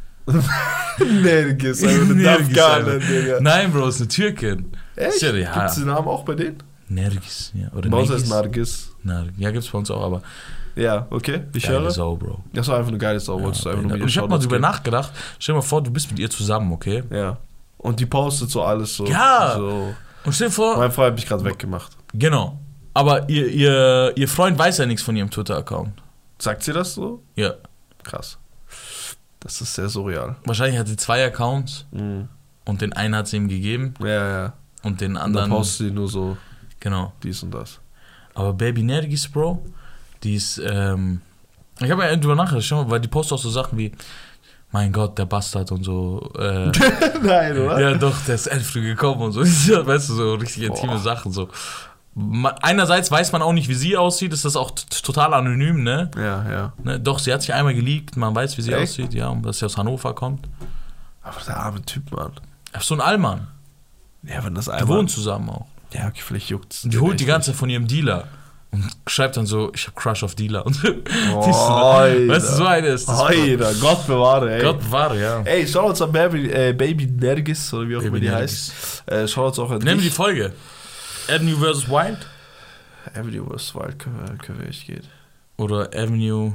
Speaker 2: Nergis, Digga.
Speaker 1: Nein, Bro, ist eine Türkin.
Speaker 2: Echt?
Speaker 1: Ja.
Speaker 2: Gibt's den Namen auch bei denen?
Speaker 1: Nergis, ja. Oder
Speaker 2: bei uns heißt Nargis.
Speaker 1: Ja, gibt's bei uns auch, aber...
Speaker 2: Ja, okay, ich höre.
Speaker 1: Geile Sau, Bro.
Speaker 2: Das war einfach eine geile Sau.
Speaker 1: Ja, und ich hab mal drüber nachgedacht, stell dir mal vor, du bist mit ihr zusammen, okay?
Speaker 2: Ja. Und die postet so alles so.
Speaker 1: Ja!
Speaker 2: So.
Speaker 1: Und stell dir vor...
Speaker 2: Mein Freund hat mich gerade weggemacht.
Speaker 1: Genau. Aber ihr Freund weiß ja nichts von ihrem Twitter-Account.
Speaker 2: Sagt sie das so?
Speaker 1: Ja.
Speaker 2: Krass. Das ist sehr surreal.
Speaker 1: Wahrscheinlich hat sie 2 Accounts und den einen hat sie ihm gegeben.
Speaker 2: Ja.
Speaker 1: Und den anderen...
Speaker 2: Und dann postet sie nur so dies und das.
Speaker 1: Aber Baby Nergis, Bro, die ist... ich habe ja drüber nachgedacht, weil die postet auch so Sachen wie mein Gott, der Bastard und so.
Speaker 2: Nein, oder?
Speaker 1: Ja doch, der ist 11 Früh gekommen und so. Weißt du, so richtig intime Sachen. So. Einerseits weiß man auch nicht, wie sie aussieht, ist das auch total anonym, ne?
Speaker 2: Ja.
Speaker 1: Ne? Doch, sie hat sich einmal geleakt, man weiß, wie sie aussieht, ja, und dass sie aus Hannover kommt.
Speaker 2: Aber der arme Typ, Mann.
Speaker 1: Er ist so ein Allmann.
Speaker 2: Ja, wenn das
Speaker 1: einmal... Die wohnen zusammen auch.
Speaker 2: Ja, okay, vielleicht juckt's.
Speaker 1: Die holt die ganze Zeit von ihrem Dealer und schreibt dann so, ich hab Crush auf Dealer. Und weißt du, so eine ist das.
Speaker 2: Alter, Gott bewahre, ey.
Speaker 1: Gott bewahre, ja.
Speaker 2: Ey, schau uns an Baby Nergis, oder wie auch immer die heißt. Schau uns auch an
Speaker 1: Nehmen wir die Folge. Avenue vs. Wild?
Speaker 2: Avenue vs. Wild können wir echt gehen.
Speaker 1: Oder Avenue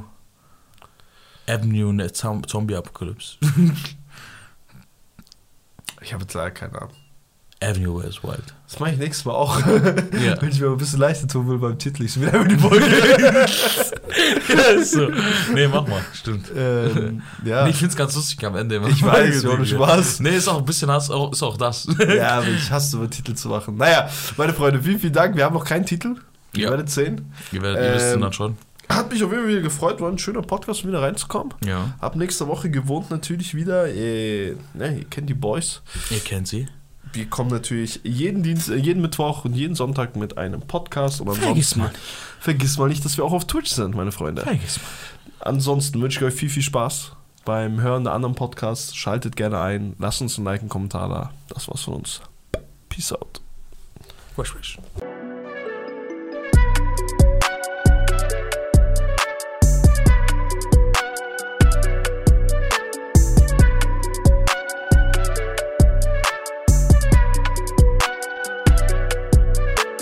Speaker 1: in der Zombie-Apokalypse.
Speaker 2: Ich habe jetzt leider keinen Namen.
Speaker 1: Avenue vs. Wild.
Speaker 2: Das mache ich nächstes Mal auch. Ja. Wenn ich mir ein bisschen leichter tun will beim Titel, ich will einfach die Folge.
Speaker 1: Ja, ist so. Nee, mach mal, stimmt.
Speaker 2: Ja.
Speaker 1: Nee, ich find's ganz lustig am Ende.
Speaker 2: Ich weiß, ohne Spaß.
Speaker 1: Nee, ist auch ein bisschen ist auch das.
Speaker 2: Ja, aber ich hasse über Titel zu machen. Naja, meine Freunde, vielen Dank. Wir haben noch keinen Titel. Ihr werdet sehen.
Speaker 1: Ihr wisst dann schon.
Speaker 2: Hat mich auf jeden Fall wieder gefreut, war ein schöner Podcast, um wieder reinzukommen.
Speaker 1: Ja.
Speaker 2: Ab nächster Woche gewohnt natürlich wieder. Ihr kennt die Boys.
Speaker 1: Ihr kennt sie.
Speaker 2: Wir kommen natürlich jeden Mittwoch und jeden Sonntag mit einem Podcast. Und vergiss mal nicht, dass wir auch auf Twitch sind, meine Freunde.
Speaker 1: Vergiss mal.
Speaker 2: Ansonsten wünsche ich euch viel Spaß beim Hören der anderen Podcasts. Schaltet gerne ein, lasst uns ein Like, einen Kommentar da. Das war's von uns. Peace out.
Speaker 1: Wasch.